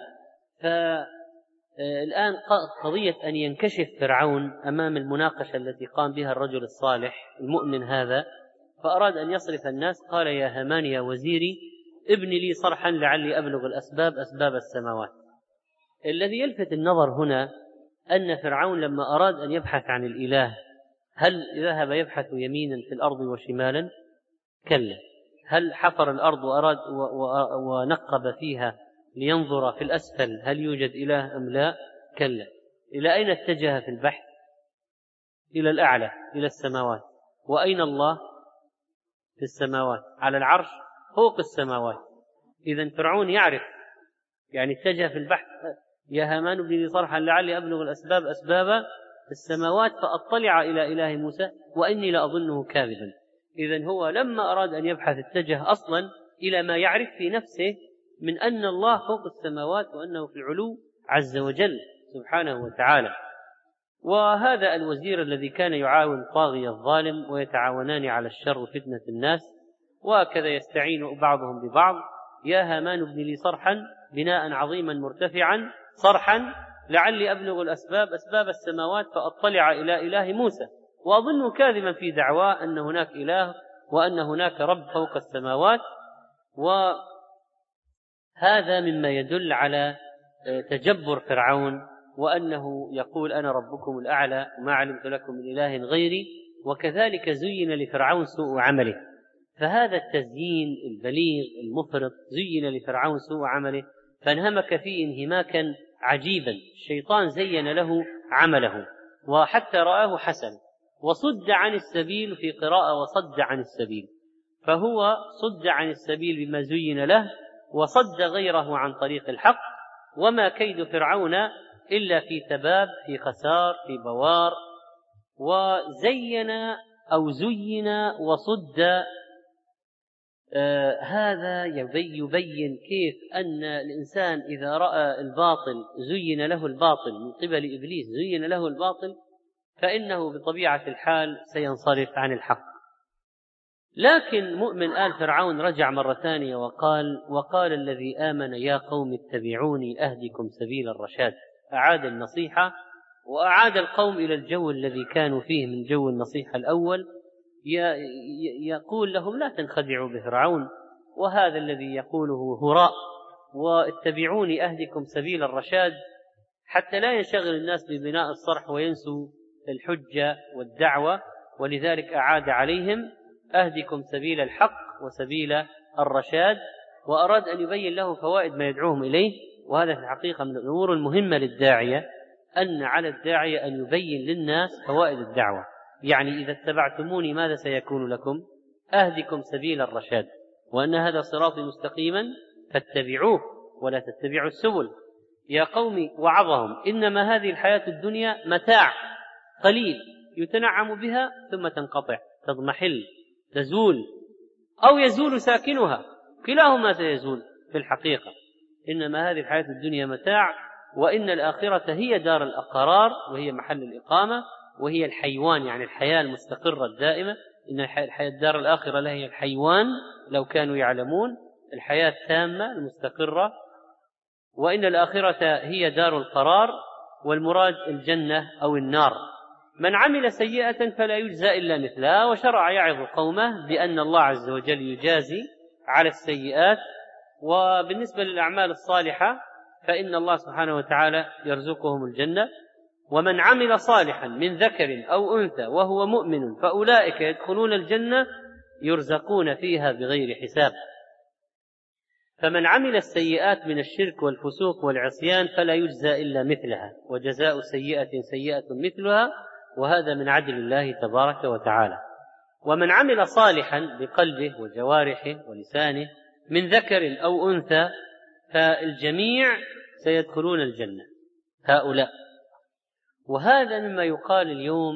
فالآن قضية أن ينكشف فرعون أمام المناقشة التي قام بها الرجل الصالح المؤمن هذا، فأراد أن يصرف الناس. قال يا هامان يا وزيري ابن لي صرحا لعلي أبلغ الأسباب أسباب السماوات. الذي يلفت النظر هنا أن فرعون لما أراد أن يبحث عن الإله هل ذهب يبحث يمينا في الأرض وشمالا؟ كلا. هل حفر الأرض وأراد ونقب فيها لينظر في الأسفل هل يوجد إله أم لا؟ كلا. إلى أين اتجه في البحث؟ إلى الأعلى، إلى السماوات. وأين الله؟ في السماوات، على العرش فوق السماوات. إذن فرعون يعرف، يعني اتجه في البحث يا هامان ابن لي صرحا لعلي أبلغ الأسباب أسباب السماوات فأطلع إلى إله موسى وإني لأظنه كاذبا. إذن هو لما أراد أن يبحث اتجه أصلا إلى ما يعرف في نفسه من أن الله فوق السماوات وأنه في العلو عز وجل سبحانه وتعالى. وهذا الوزير الذي كان يعاون طاغية الظالم ويتعاونان على الشر وفتنة الناس، وكذا يستعين بعضهم ببعض. يا هامان ابن لي صرحا بناء عظيما مرتفعا صرحا لعلي أبلغ الأسباب أسباب السماوات فأطلع إلى إله موسى وأظنه كاذبا في دعواه أن هناك إله وأن هناك رب فوق السماوات. وهذا مما يدل على تجبر فرعون وأنه يقول أنا ربكم الأعلى وما علمت لكم من إله غيري. وكذلك زين لفرعون سوء عمله، فهذا التزيين البليغ المفرط زين لفرعون سوء عمله فانهمك فيه انهماكا عجيبا، الشيطان زين له عمله وحتى رآه حسن، وصد عن السبيل، في قراءة وصد عن السبيل، فهو صد عن السبيل بما زين له، وصد غيره عن طريق الحق. وما كيد فرعون إلا في تباب، في خسار، في بوار. وزين أو زين وصد، آه هذا يبين كيف أن الإنسان إذا رأى الباطل زين له الباطل من قبل إبليس، زين له الباطل، فإنه بطبيعة الحال سينصرف عن الحق. لكن مؤمن آل فرعون رجع مرة ثانية وقال: وقال الذي آمن يا قوم اتبعوني أهدكم سبيل الرشاد. أعاد النصيحة وأعاد القوم إلى الجو الذي كانوا فيه من جو النصيحة الأول، يقول لهم: لا تنخدعوا بفرعون، وهذا الذي يقوله هراء، واتبعوني أهدكم سبيل الرشاد، حتى لا ينشغل الناس ببناء الصرح وينسوا الحجة والدعوة. ولذلك أعاد عليهم: أهدكم سبيل الحق وسبيل الرشاد، وأراد أن يبين لهم فوائد ما يدعوهم إليه. وهذا في الحقيقة من الأمور المهمة للداعية، أن على الداعية أن يبين للناس فوائد الدعوة. يعني إذا اتبعتموني ماذا سيكون لكم؟ أهدكم سبيل الرشاد، وأن هذا صراطي مستقيما فاتبعوه ولا تتبعوا السبل. يا قوم، وعظهم: إنما هذه الحياة الدنيا متاع قليل يتنعم بها ثم تنقطع، تضمحل، تزول، أو يزول ساكنها، كلاهما سيزول في الحقيقة. إنما هذه الحياة الدنيا متاع، وإن الآخرة هي دار القرار، وهي محل الإقامة، وهي الحيوان، يعني الحياة المستقرة الدائمة. إن الحياة الدار الآخرة لا هي الحيوان لو كانوا يعلمون، الحياة التامة المستقرة، وإن الآخرة هي دار القرار، والمراد الجنة أو النار. من عمل سيئة فلا يجزى إلا مثلها. وشرع يعظ قومه بأن الله عز وجل يجازي على السيئات. وبالنسبة للأعمال الصالحة فإن الله سبحانه وتعالى يرزقهم الجنة. ومن عمل صالحا من ذكر أو أنثى وهو مؤمن فأولئك يدخلون الجنة يرزقون فيها بغير حساب. فمن عمل السيئات من الشرك والفسوق والعصيان فلا يجزى إلا مثلها، وجزاء سيئة سيئة مثلها، وهذا من عدل الله تبارك وتعالى. ومن عمل صالحا بقلبه وجوارحه ولسانه من ذكر أو أنثى فالجميع سيدخلون الجنة هؤلاء. وهذا مما يقال اليوم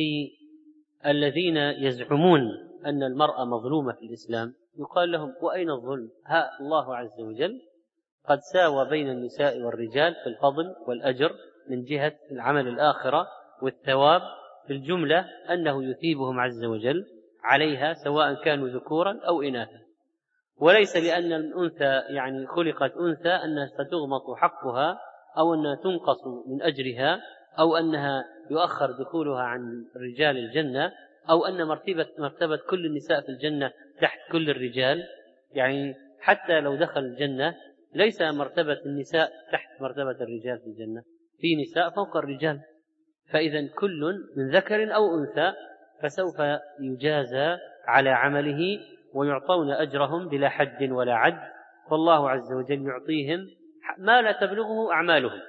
للذين يزعمون أن المرأة مظلومة في الإسلام، يقال لهم: وأين الظلم؟ ها الله عز وجل قد ساوى بين النساء والرجال في الفضل والأجر من جهة العمل الآخرة والثواب، في الجملة أنه يثيبهم عز وجل عليها سواء كانوا ذكورا أو إناثا. وليس لأن الأنثى يعني خلقت أنثى أنها ستغمط حقها أو أنها تنقص من أجرها أو أنها يؤخر دخولها عن رجال الجنة، أو أن مرتبة, مرتبة كل النساء في الجنة تحت كل الرجال. يعني حتى لو دخل الجنة ليس مرتبة النساء تحت مرتبة الرجال في الجنة، في نساء فوق الرجال. فإذا كل من ذكر أو أنثى فسوف يجازى على عمله ويعطون أجرهم بلا حد ولا عد، والله عز وجل يعطيهم ما لا تبلغه أعمالهم،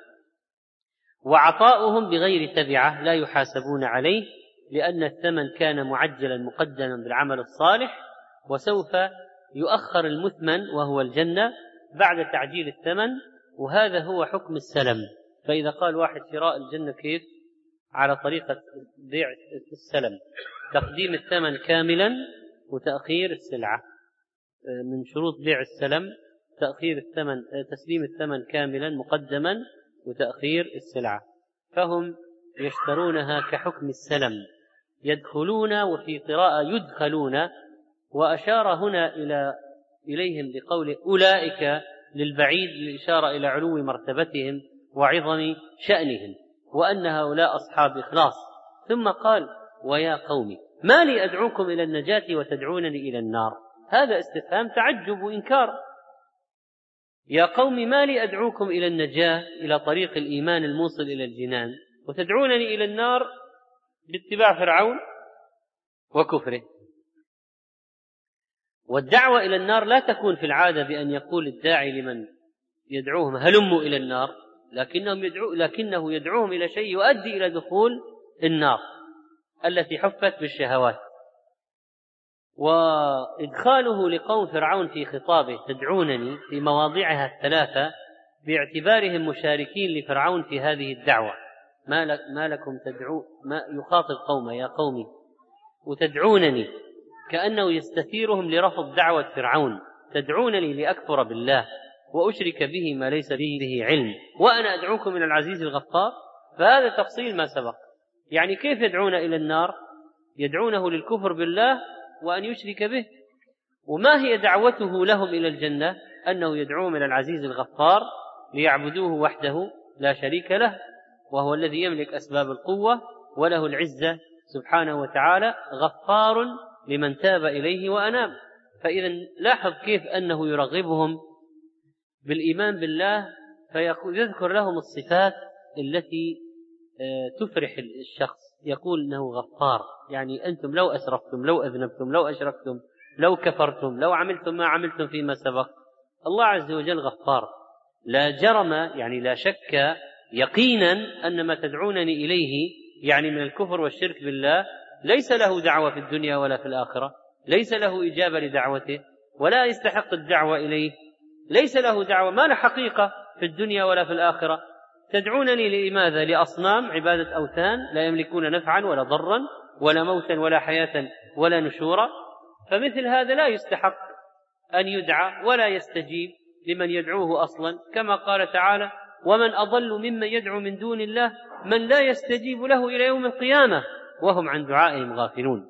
وعطاؤهم بغير تبعة لا يحاسبون عليه، لأن الثمن كان معجلا مقدما بالعمل الصالح، وسوف يؤخر المثمن وهو الجنة بعد تعجيل الثمن. وهذا هو حكم السلم. فإذا قال واحد شراء الجنة كيف؟ على طريقة بيع السلم، تقديم الثمن كاملا وتأخير السلعة. من شروط بيع السلم تأخير الثمن، تسليم الثمن كاملا مقدما وتأخير السلعة. فهم يشترونها كحكم السلم، يدخلون، وفي قراءة يدخلون. وأشار هنا إلى إليهم بقول أولئك للبعيد، للإشارة إلى علو مرتبتهم وعظم شأنهم، وأن هؤلاء أصحاب إخلاص. ثم قال: ويا قوم ما لي أدعوكم إلى النجاة وتدعونني إلى النار. هذا استفهام تعجب وإنكار. يا قوم ما لي أدعوكم إلى النجاة، إلى طريق الإيمان الموصل إلى الجنان، وتدعونني إلى النار باتباع فرعون وكفره. والدعوة إلى النار لا تكون في العادة بأن يقول الداعي لمن يدعوهم هلموا إلى النار، لكنهم يدعو لكنه يدعوهم إلى شيء يؤدي إلى دخول النار التي حفت بالشهوات. وإدخاله لقوم فرعون في خطابه تدعونني في مواضعها الثلاثة باعتبارهم مشاركين لفرعون في هذه الدعوة، ما, لك ما لكم تدعو ما يخاطب قومه يا قومي وتدعونني، كأنه يستثيرهم لرفض دعوة فرعون، تدعونني لأكفر بالله وأشرك به ما ليس به علم وأنا أدعوكم إلى العزيز الغفار. فهذا تفصيل ما سبق. يعني كيف يدعون إلى النار؟ يدعونه للكفر بالله وأن يشرك به. وما هي دعوته لهم إلى الجنة؟ أنه يدعوهم إلى العزيز الغفار ليعبدوه وحده لا شريك له، وهو الذي يملك أسباب القوة وله العزة سبحانه وتعالى، غفار لمن تاب إليه وأناب. فإذا لاحظ كيف أنه يرغبهم بالإيمان بالله، فيذكر لهم الصفات التي تفرح الشخص. يقول إنه غفار، يعني أنتم لو أسرفتم لو أذنبتم لو أشركتم لو كفرتم لو عملتم ما عملتم فيما سبق، الله عز وجل غفار. لا جرم، يعني لا شك يقينا أن ما تدعونني إليه يعني من الكفر والشرك بالله ليس له دعوة في الدنيا ولا في الآخرة، ليس له إجابة لدعوته ولا يستحق الدعوة إليه، ليس له دعوة، ما له حقيقة في الدنيا ولا في الآخرة. تدعونني لماذا؟ لأصنام، عبادة أوثان لا يملكون نفعا ولا ضرا ولا موتا ولا حياة ولا نشورا. فمثل هذا لا يستحق أن يدعى ولا يستجيب لمن يدعوه أصلا، كما قال تعالى: ومن أضل ممن يدعو من دون الله من لا يستجيب له إلى يوم القيامة وهم عن دعائهم غافلون.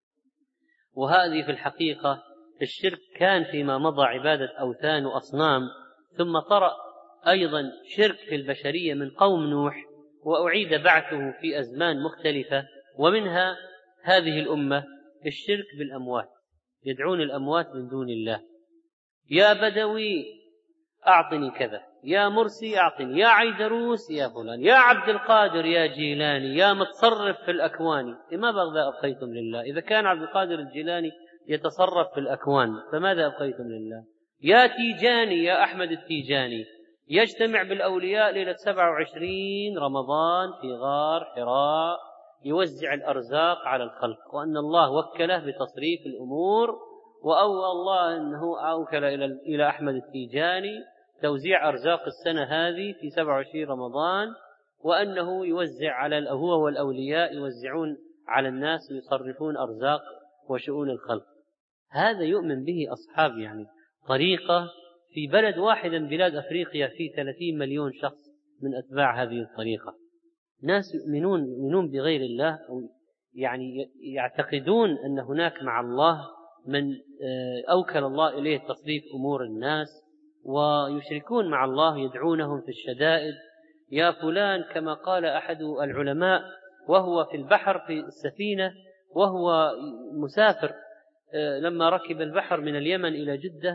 وهذه في الحقيقة الشرك كان فيما مضى عبادة أوثان وأصنام، ثم طرأ أيضا شرك في البشرية من قوم نوح، وأعيد بعثه في أزمان مختلفة، ومنها هذه الأمة الشرك بالأموات. يدعون الأموات من دون الله، يا بدوي أعطني كذا، يا مرسي أعطني، يا عيدروس يا فلان، يا عبد القادر يا جيلاني، يا متصرف في الأكوان. لماذا أبقيتم لله؟ إذا كان عبد القادر الجيلاني يتصرف في الأكوان فماذا أبقيتم لله؟ يا تيجاني يا أحمد التيجاني. يجتمع بالأولياء ليلة سبعة وعشرين رمضان في غار حراء يوزع الأرزاق على الخلق، وأن الله وكله بتصريف الأمور، وأو الله أنه أوكل إلى أحمد التيجاني توزيع أرزاق السنة هذه في سبعة وعشرين رمضان، وأنه يوزع على هو والأولياء يوزعون على الناس يصرفون أرزاق وشؤون الخلق. هذا يؤمن به أصحاب يعني طريقة في بلد واحد من بلاد أفريقيا فيه ثلاثين مليون شخص من أتباع هذه الطريقة، ناس يؤمنون يؤمنون بغير الله، أو يعني يعتقدون أن هناك مع الله من أوكل الله إليه تصريف أمور الناس، ويشركون مع الله، يدعونهم في الشدائد. يا فلان، كما قال أحد العلماء وهو في البحر في السفينة وهو مسافر، لما ركب البحر من اليمن إلى جدة،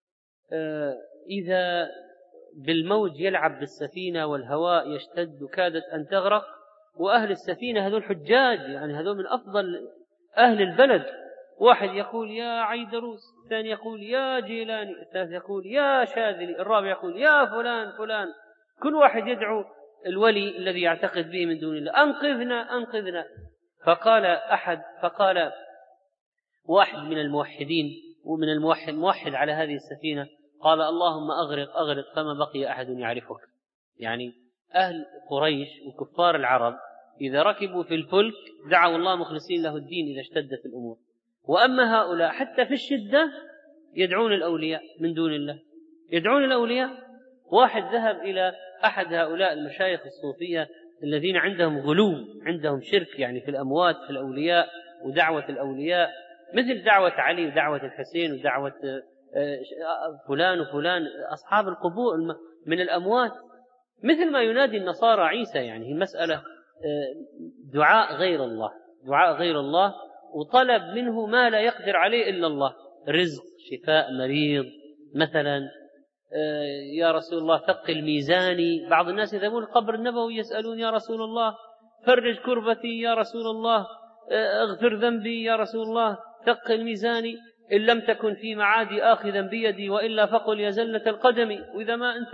إذا بالموج يلعب بالسفينة والهواء يشتد كادت أن تغرق، وأهل السفينة هذول حجاج، يعني هذول من أفضل أهل البلد. واحد يقول يا عيدروس، الثاني يقول يا جيلاني، الثالث يقول يا شاذلي، الرابع يقول يا فلان فلان. كل واحد يدعو الولي الذي يعتقد به من دون الله: أنقذنا أنقذنا. فقال أحد فقال واحد من الموحدين ومن الموحد موحد على هذه السفينة، قال: اللهم أغرق أغرق فما بقي أحد يعرفك. يعني أهل قريش وكفار العرب إذا ركبوا في الفلك دعوا الله مخلصين له الدين إذا اشتدت الأمور. وأما هؤلاء حتى في الشدة يدعون الأولياء من دون الله، يدعون الأولياء. واحد ذهب إلى أحد هؤلاء المشايخ الصوفية الذين عندهم غلو، عندهم شرك يعني في الأموات في الأولياء ودعوة الأولياء، مثل دعوة علي ودعوة الحسين ودعوة فلان وفلان أصحاب القبور من الأموات، مثل ما ينادي النصارى عيسى. يعني هي مسألة دعاء غير الله، دعاء غير الله، وطلب منه ما لا يقدر عليه إلا الله، رزق، شفاء مريض مثلا، يا رسول الله ثقل ميزاني. بعض الناس يذهبون القبر النبوي يسألون: يا رسول الله فرج كربتي، يا رسول الله اغفر ذنبي، يا رسول الله ثقل ميزاني، إن لم تكن في معادي آخذا بيدي وإلا فقل يا زلة القدم. وإذا ما أنت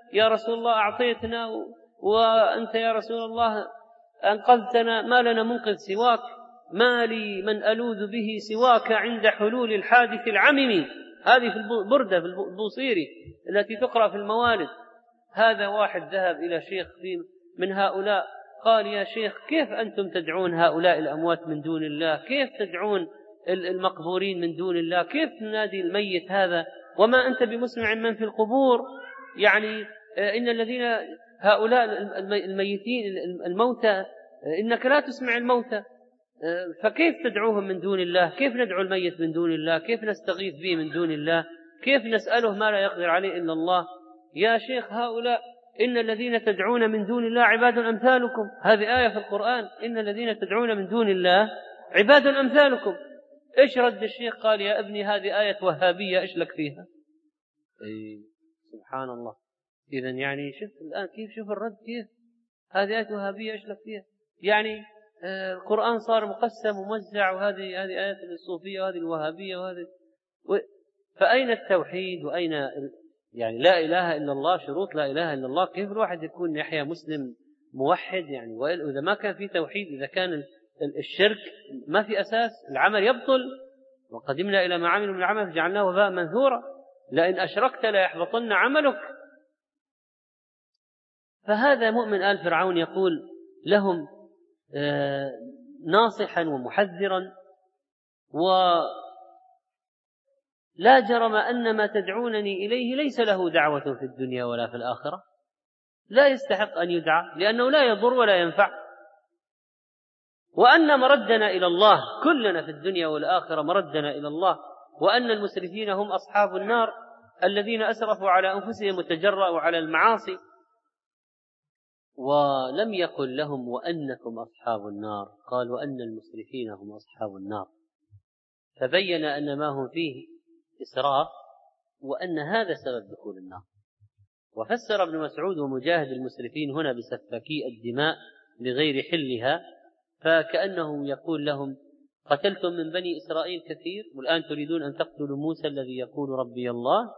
يا رسول الله أعطيتنا وأنت يا رسول الله أنقذتنا، ما لنا منقذ سواك، ما لي من ألوذ به سواك عند حلول الحادث العمم. هذه في البردة في البوصيري التي تقرأ في الموالد. هذا واحد ذهب إلى شيخ من هؤلاء قال: يا شيخ، كيف أنتم تدعون هؤلاء الأموات من دون الله؟ كيف تدعون المقبورين من دون الله؟ كيف تنادي الميت هذا وما أنت بمسمع من في القبور؟ يعني إن الذين هؤلاء الميتين الموتى إنك لا تسمع الموتى، فكيف تدعوهم من دون الله؟ كيف ندعو الميت من دون الله؟ كيف نستغيث به من دون الله؟ كيف نسأله ما لا يقدر عليه إلا الله؟ يا شيخ، هؤلاء إن الذين تدعون من دون الله عباد أمثالكم. هذه آية في القرآن: إن الذين تدعون من دون الله عباد أمثالكم. إيش رد الشيخ؟ قال: يا ابني، هذه آية وهابية، إيش لك فيها؟ أي سبحان الله. إذن يعني شوف الآن كيف، شوف الرد كيف، هذه آية وهابية، إيش لك فيها؟ يعني آه القرآن صار مقسم وموزع، وهذه هذه آيات الصوفية وهذه الوهابية وهذه و... فأين التوحيد وأين ال... يعني لا إله إلا الله، شروط لا إله إلا الله. كيف الواحد يكون يحيى مسلم موحد يعني؟ وإذا ما كان في توحيد، إذا كان الشرك ما في أساس، العمل يبطل. وقدمنا إلى ما عملوا من العمل فجعلناه هباء منثورا، لئن أشركت لا يحبطن عملك. فهذا مؤمن آل فرعون يقول لهم آه ناصحا ومحذرا: ولا جرم أن ما تدعونني إليه ليس له دعوة في الدنيا ولا في الآخرة، لا يستحق أن يدعى لأنه لا يضر ولا ينفع، وأن مردنا إلى الله، كلنا في الدنيا والآخرة مردنا إلى الله، وأن المسرفين هم أصحاب النار الذين أسرفوا على أنفسهم وتجرأوا على المعاصي. ولم يقل لهم وأنكم أصحاب النار، قال وأن المسرفين هم أصحاب النار، فبين أن ما هم فيه إسراف وأن هذا سبب دخول النار. وفسر ابن مسعود ومجاهد المسرفين هنا بسفاكي الدماء لغير حلها، فكأنه يقول لهم: قتلتم من بني إسرائيل كثير والآن تريدون أن تقتلوا موسى الذي يقول ربي الله.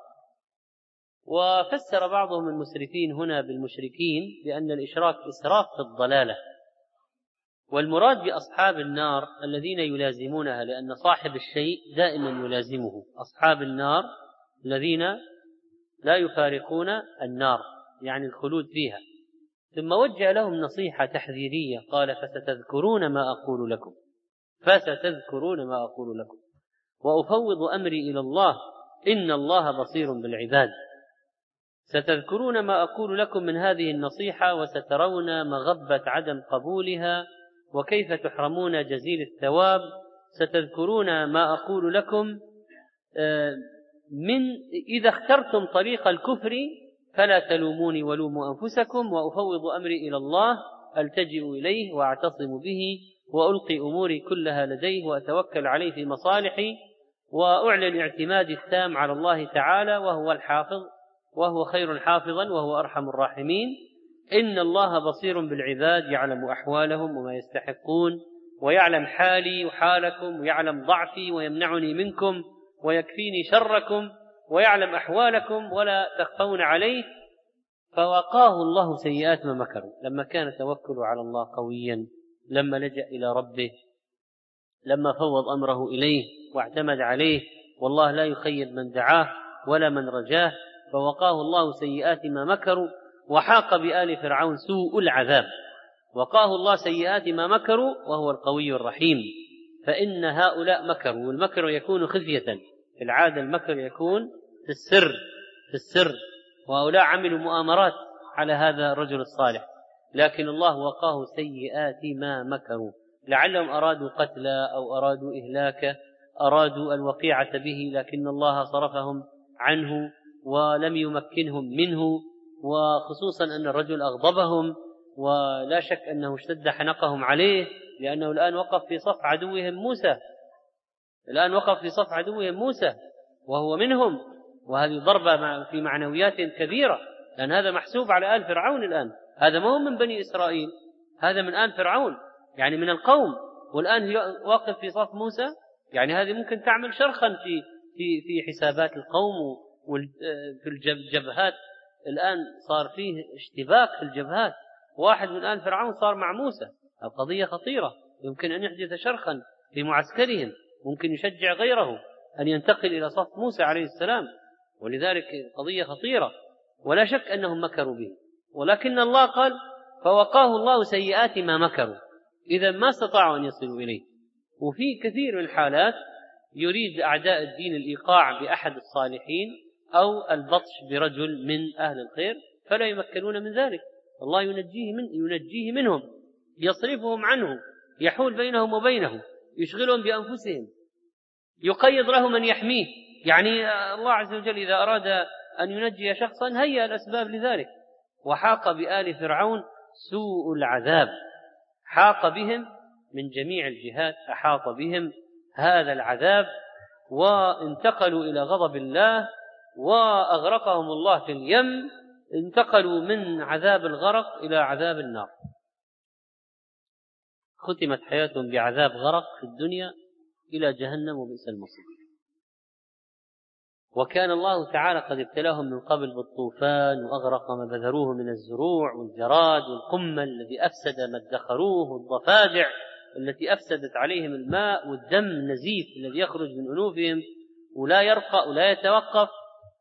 وفسر بعضهم المسرفين هنا بالمشركين لأن الإشراك إسراف في الضلالة، والمراد بأصحاب النار الذين يلازمونها، لأن صاحب الشيء دائما يلازمه. أصحاب النار الذين لا يفارقون النار، يعني الخلود فيها. ثم وجه لهم نصيحة تحذيرية، قال: فستذكرون ما أقول لكم، فستذكرون ما أقول لكم وأفوض أمري إلى الله إن الله بصير بالعباد. ستذكرون ما أقول لكم من هذه النصيحة، وسترون مغبة عدم قبولها وكيف تحرمون جزيل الثواب. ستذكرون ما أقول لكم من إذا اخترتم طريق الكفر فلا تلوموني ولوموا أنفسكم، وأفوض أمري إلى الله، ألتجئ إليه وأعتصم به، وألقي أموري كلها لديه وأتوكل عليه في مصالحي، وأعلن اعتمادي التام على الله تعالى وهو الحافظ، وهو خير حافظا وهو أرحم الراحمين. إن الله بصير بالعباد، يعلم أحوالهم وما يستحقون، ويعلم حالي وحالكم، ويعلم ضعفي ويمنعني منكم، ويكفيني شركم، ويعلم أحوالكم ولا تخفون عليه. فوقاه الله سيئات ما مكروا، لما كان توكله على الله قويا، لما لجأ إلى ربه، لما فوض أمره إليه واعتمد عليه، والله لا يخيب من دعاه ولا من رجاه. فوقاه الله سيئات ما مكروا، وحاق بآل فرعون سوء العذاب. وقاه الله سيئات ما مكروا وهو القوي الرحيم. فإن هؤلاء مكروا، والمكر يكون خفية، في العادة المكر يكون في السر في السر وهؤلاء عملوا مؤامرات على هذا الرجل الصالح، لكن الله وقاه سيئات ما مكروا، لعلهم أرادوا قتلا أو أرادوا إهلاكه، أرادوا الوقيعة به، لكن الله صرفهم عنه ولم يمكنهم منه، وخصوصا أن الرجل أغضبهم، ولا شك أنه اشتد حنقهم عليه، لأنه الآن وقف في صف عدوهم موسى الآن وقف في صف عدوهم موسى وهو منهم، وهذه ضربة في معنويات كبيرة، لأن هذا محسوب على آل فرعون الآن، هذا ما هو من بني إسرائيل، هذا من آل فرعون، يعني من القوم، والآن واقف في صف موسى. يعني هذه ممكن تعمل شرخا في في في حسابات القوم وفي الجبهات الآن صار فيه اشتباك في الجبهات، واحد من آل فرعون صار مع موسى، القضية خطيرة، يمكن أن يحدث شرخا في معسكرهم، ممكن يشجع غيره أن ينتقل إلى صف موسى عليه السلام، ولذلك قضية خطيرة ولا شك أنهم مكروا به، ولكن الله قال فوقاه الله سيئات ما مكروا، إذا ما استطاعوا أن يصلوا إليه. وفي كثير من الحالات يريد أعداء الدين الإيقاع بأحد الصالحين أو البطش برجل من أهل الخير فلا يمكنون من ذلك، الله ينجيه, من ينجيه منهم، يصرفهم عنه، يحول بينهم وبينه، يشغلهم بأنفسهم، يقيض له من يحميه. يعني الله عز وجل إذا أراد أن ينجي شخصا هيأ الأسباب لذلك. وحاق بآل فرعون سوء العذاب، حاق بهم من جميع الجهات، أحاط بهم هذا العذاب وانتقلوا إلى غضب الله وأغرقهم الله في اليم، انتقلوا من عذاب الغرق إلى عذاب النار، ختمت حياتهم بعذاب غرق في الدنيا إلى جهنم وبئس المصير. وكان الله تعالى قد ابتلاهم من قبل بالطوفان وأغرق ما بذروه من الزروع والجراد والقمل الذي أفسد ما ادخروه والضفادع التي أفسدت عليهم الماء والدم النزيف الذي يخرج من أنوفهم ولا يرقى ولا يتوقف،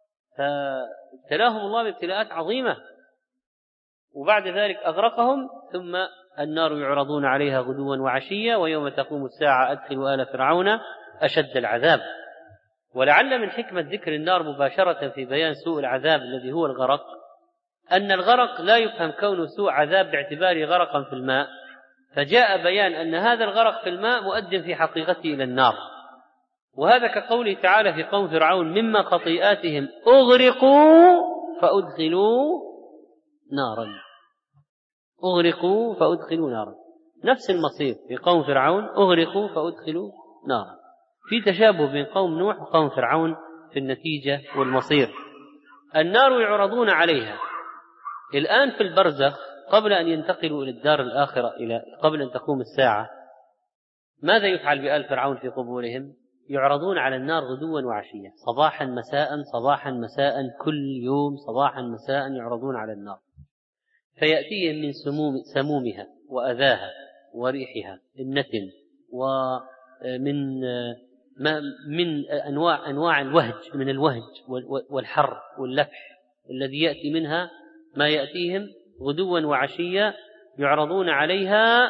فابتلاهم الله بابتلاءات عظيمة. وبعد ذلك أغرقهم، ثم النار يعرضون عليها غدوا وعشيا ويوم تقوم الساعة أدخلوا آل فرعون أشد العذاب. ولعل من حكمة ذكر النار مباشرة في بيان سوء العذاب الذي هو الغرق أن الغرق لا يفهم كونه سوء عذاب باعتباره غرقا في الماء، فجاء بيان أن هذا الغرق في الماء مؤد في حقيقته إلى النار. وهذا كقوله تعالى في قوم فرعون مما خطيئاتهم أغرقوا فأدخلوا نارا، أغرقوا فأدخلوا نارا، نفس المصير في قوم فرعون، أغرقوا فأدخلوا نارا، في تشابه بين قوم نوح وقوم فرعون في النتيجة والمصير. النار يعرضون عليها الآن في البرزخ قبل أن ينتقلوا إلى الدار الآخرة، إلى قبل أن تقوم الساعة. ماذا يفعل بآل فرعون في قبورهم؟ يعرضون على النار غدوا وعشيا، صباحا مساء صباحا مساء، كل يوم صباحا مساء يعرضون على النار، فيأتيهم من سموم سمومها وأذاها وريحها النتن، ومن من أنواع أنواع الوهج، من الوهج والحر واللفح الذي يأتي منها ما يأتيهم غدوا وعشيا يعرضون عليها.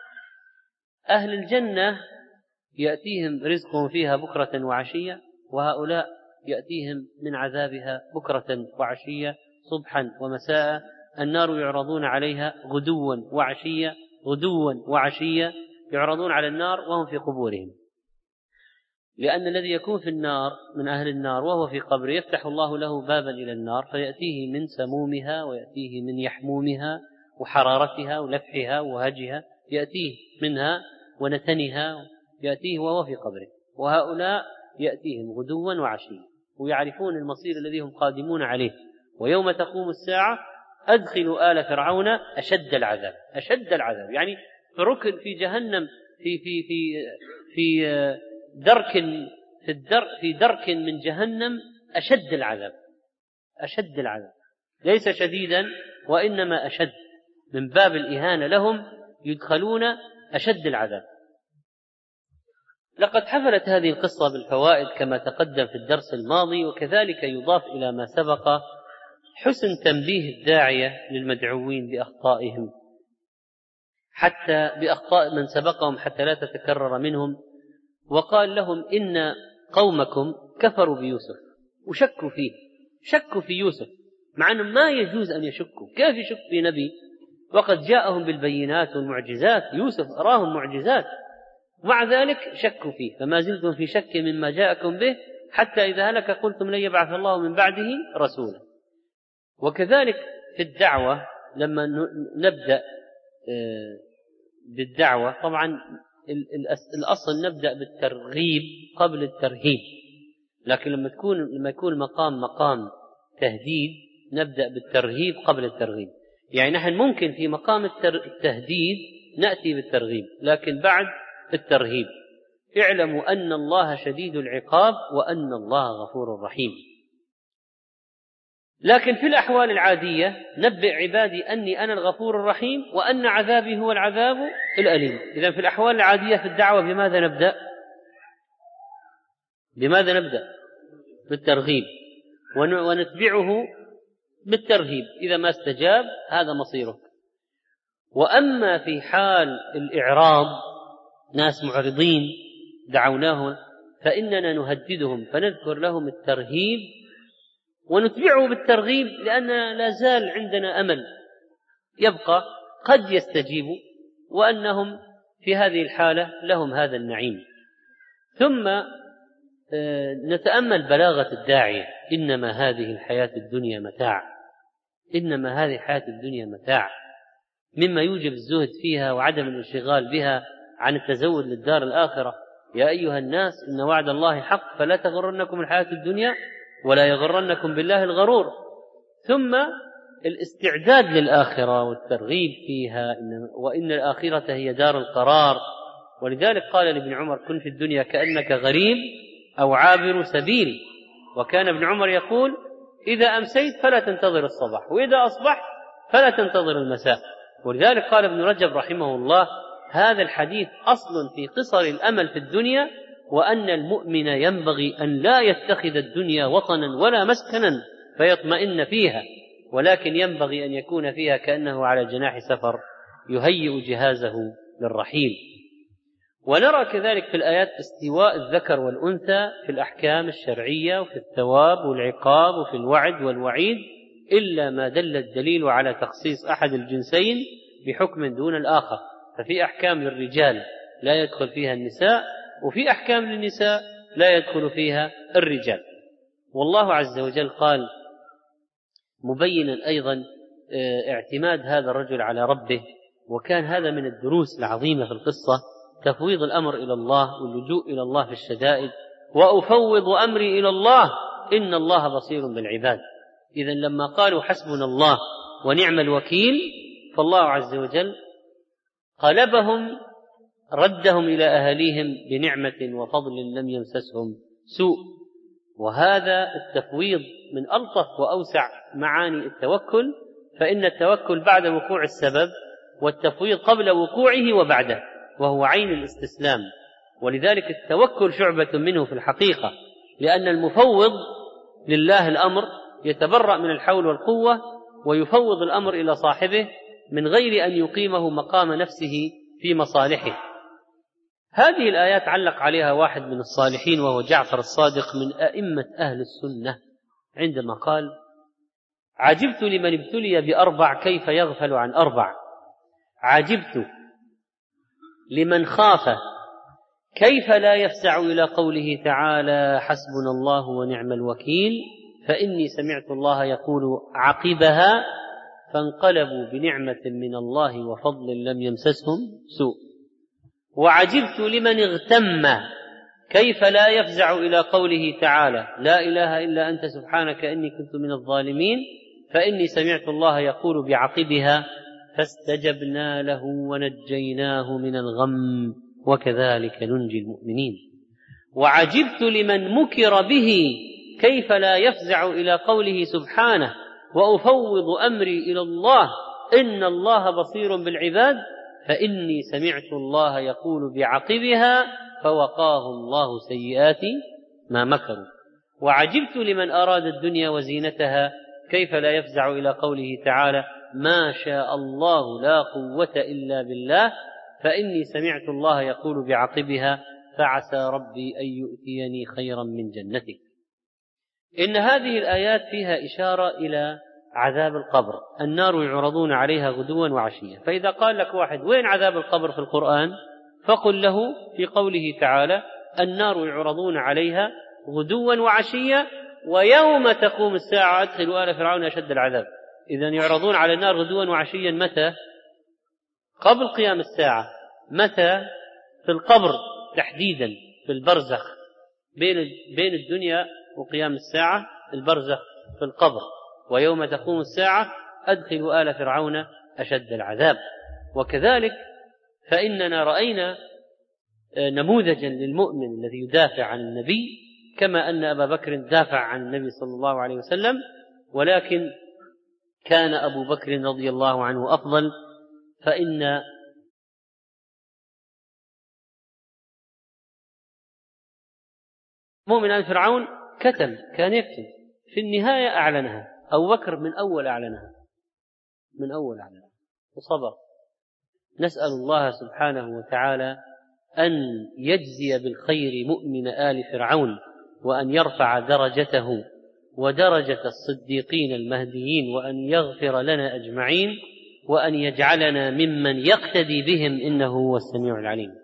أهل الجنة يأتيهم رزقهم فيها بكرة وعشية، وهؤلاء يأتيهم من عذابها بكرة وعشية صبحا ومساء. النار يعرضون عليها غدوا وعشية، غدوا وعشية يعرضون على النار وهم في قبورهم، لأن الذي يكون في النار من أهل النار وهو في قبره يفتح الله له بابا إلى النار فيأتيه من سمومها ويأتيه من يحمومها وحرارتها ولفحها وهجها، يأتيه منها ونتنها، يأتيه وهو في قبره. وهؤلاء يأتيهم غدوا وعشيا ويعرفون المصير الذي هم قادمون عليه. ويوم تقوم الساعة أدخلوا آل فرعون أشد العذاب، أشد العذاب يعني في ركن في جهنم، في في في في درك في الدر في درك من جهنم أشد العذاب، أشد العذاب، ليس شديدا وإنما أشد، من باب الإهانة لهم يدخلون أشد العذاب. لقد حفلت هذه القصة بالفوائد كما تقدم في الدرس الماضي، وكذلك يضاف إلى ما سبق حسن تنبيه الداعية للمدعوين بأخطائهم، حتى بأخطاء من سبقهم حتى لا تتكرر منهم. وقال لهم إن قومكم كفروا بيوسف وشكوا فيه، شكوا في يوسف مع أنه ما يجوز أن يشكوا، كيف يشك في نبي وقد جاءهم بالبينات والمعجزات؟ يوسف أراهم معجزات، ومع ذلك شكوا فيه، فما زلتم في شك مما جاءكم به حتى إذا هلك قلتم لن يبعث الله من بعده رسولا. وكذلك في الدعوة لما نبدأ بالدعوة، طبعا الأصل نبدأ بالترغيب قبل الترهيب، لكن لما تكون لما يكون المقام مقام تهديد نبدأ بالترهيب قبل الترغيب. يعني نحن ممكن في مقام التهديد نأتي بالترغيب لكن بعد الترهيب. اعلموا أن الله شديد العقاب وأن الله غفور رحيم. لكن في الأحوال العادية نبئ عبادي أني أنا الغفور الرحيم وأن عذابي هو العذاب الأليم. إذن في الأحوال العادية في الدعوة بماذا نبدأ؟ بماذا نبدأ؟ بالترغيب، ونتبعه بالترهيب، إذا ما استجاب هذا مصيره. وأما في حال الإعراض، ناس معرضين دعوناهم، فإننا نهددهم فنذكر لهم الترهيب ونتبعه بالترغيب، لأن لا زال عندنا أمل يبقى قد يستجيبوا، وأنهم في هذه الحالة لهم هذا النعيم. ثم نتأمل بلاغة الداعية: إنما هذه الحياة الدنيا متاع، إنما هذه الحياة الدنيا متاع، مما يوجب الزهد فيها وعدم الانشغال بها عن التزود للدار الآخرة. يا أيها الناس إن وعد الله حق فلا تغرنكم الحياة الدنيا ولا يغرنكم بالله الغرور. ثم الاستعداد للآخرة والترغيب فيها، وإن الآخرة هي دار القرار. ولذلك قال لابن عمر: كن في الدنيا كأنك غريب أو عابر سبيل. وكان ابن عمر يقول: إذا أمسيت فلا تنتظر الصباح، وإذا أصبحت فلا تنتظر المساء. ولذلك قال ابن رجب رحمه الله: هذا الحديث أصل في قصر الأمل في الدنيا، وأن المؤمن ينبغي أن لا يتخذ الدنيا وطنا ولا مسكنا فيطمئن فيها، ولكن ينبغي أن يكون فيها كأنه على جناح سفر يهيئ جهازه للرحيل. ونرى كذلك في الآيات استواء الذكر والأنثى في الأحكام الشرعية وفي الثواب والعقاب وفي الوعد والوعيد، إلا ما دل الدليل على تخصيص أحد الجنسين بحكم دون الآخر. ففي أحكام للرجال لا يدخل فيها النساء، وفي أحكام للنساء لا يدخل فيها الرجال. والله عز وجل قال مبينا أيضا اعتماد هذا الرجل على ربه، وكان هذا من الدروس العظيمة في القصة: تفويض الأمر إلى الله واللجوء إلى الله في الشدائد. وأفوض أمري إلى الله إن الله بصير بالعباد. إذن لما قالوا حسبنا الله ونعم الوكيل، فالله عز وجل قلبهم ردهم إلى أهليهم بنعمة وفضل لم يمسسهم سوء. وهذا التفويض من ألطف وأوسع معاني التوكل، فإن التوكل بعد وقوع السبب، والتفويض قبل وقوعه وبعده، وهو عين الاستسلام. ولذلك التوكل شعبة منه في الحقيقة، لأن المفوض لله الأمر يتبرأ من الحول والقوة ويفوض الأمر إلى صاحبه من غير أن يقيمه مقام نفسه في مصالحه. هذه الآيات علق عليها واحد من الصالحين وهو جعفر الصادق من أئمة أهل السنة، عندما قال: عجبت لمن ابتلي بأربع كيف يغفل عن أربع، عجبت لمن خاف كيف لا يفزع إلى قوله تعالى حسبنا الله ونعم الوكيل، فإني سمعت الله يقول عقبها فانقلبوا بنعمة من الله وفضل لم يمسسهم سوء. وعجبت لمن اغتم كيف لا يفزع إلى قوله تعالى لا إله إلا أنت سبحانك إني كنت من الظالمين، فإني سمعت الله يقول بعقبها فاستجبنا له ونجيناه من الغم وكذلك ننجي المؤمنين. وعجبت لمن مكر به كيف لا يفزع إلى قوله سبحانه وأفوض أمري إلى الله إن الله بصير بالعباد، فإني سمعت الله يقول بعقبها فوقاه الله سيئات ما مكروا. وعجبت لمن أراد الدنيا وزينتها كيف لا يفزع إلى قوله تعالى ما شاء الله لا قوة إلا بالله، فإني سمعت الله يقول بعقبها فعسى ربي أن يؤتيني خيرا من جنتك. إن هذه الآيات فيها إشارة إلى عذاب القبر، النار يعرضون عليها غدوا وعشيا. فإذا قال لك واحد وين عذاب القبر في القرآن، فقل له في قوله تعالى النار يعرضون عليها غدوا وعشيا ويوم تقوم الساعة أدخلوا آل فرعون أشد العذاب. إذن يعرضون على النار غدوا وعشيا متى؟ قبل قيام الساعة. متى؟ في القبر تحديدا، في البرزخ، بين بين الدنيا وقيام الساعة البرزخ في القبر. ويوم تقوم الساعة أدخلوا آل فرعون أشد العذاب. وكذلك فإننا رأينا نموذجا للمؤمن الذي يدافع عن النبي، كما أن أبا بكر دافع عن النبي صلى الله عليه وسلم، ولكن كان أبو بكر رضي الله عنه أفضل، فإن مؤمن آل فرعون كتم، كان يكتم، في النهاية أعلنها. أبو بكر من أول أعلنها، من أول أعلنها وصبر. نسأل الله سبحانه وتعالى أن يجزي بالخير مؤمن آل فرعون، وأن يرفع درجته ودرجة الصديقين المهديين، وأن يغفر لنا أجمعين، وأن يجعلنا ممن يقتدي بهم، إنه هو السميع العليم.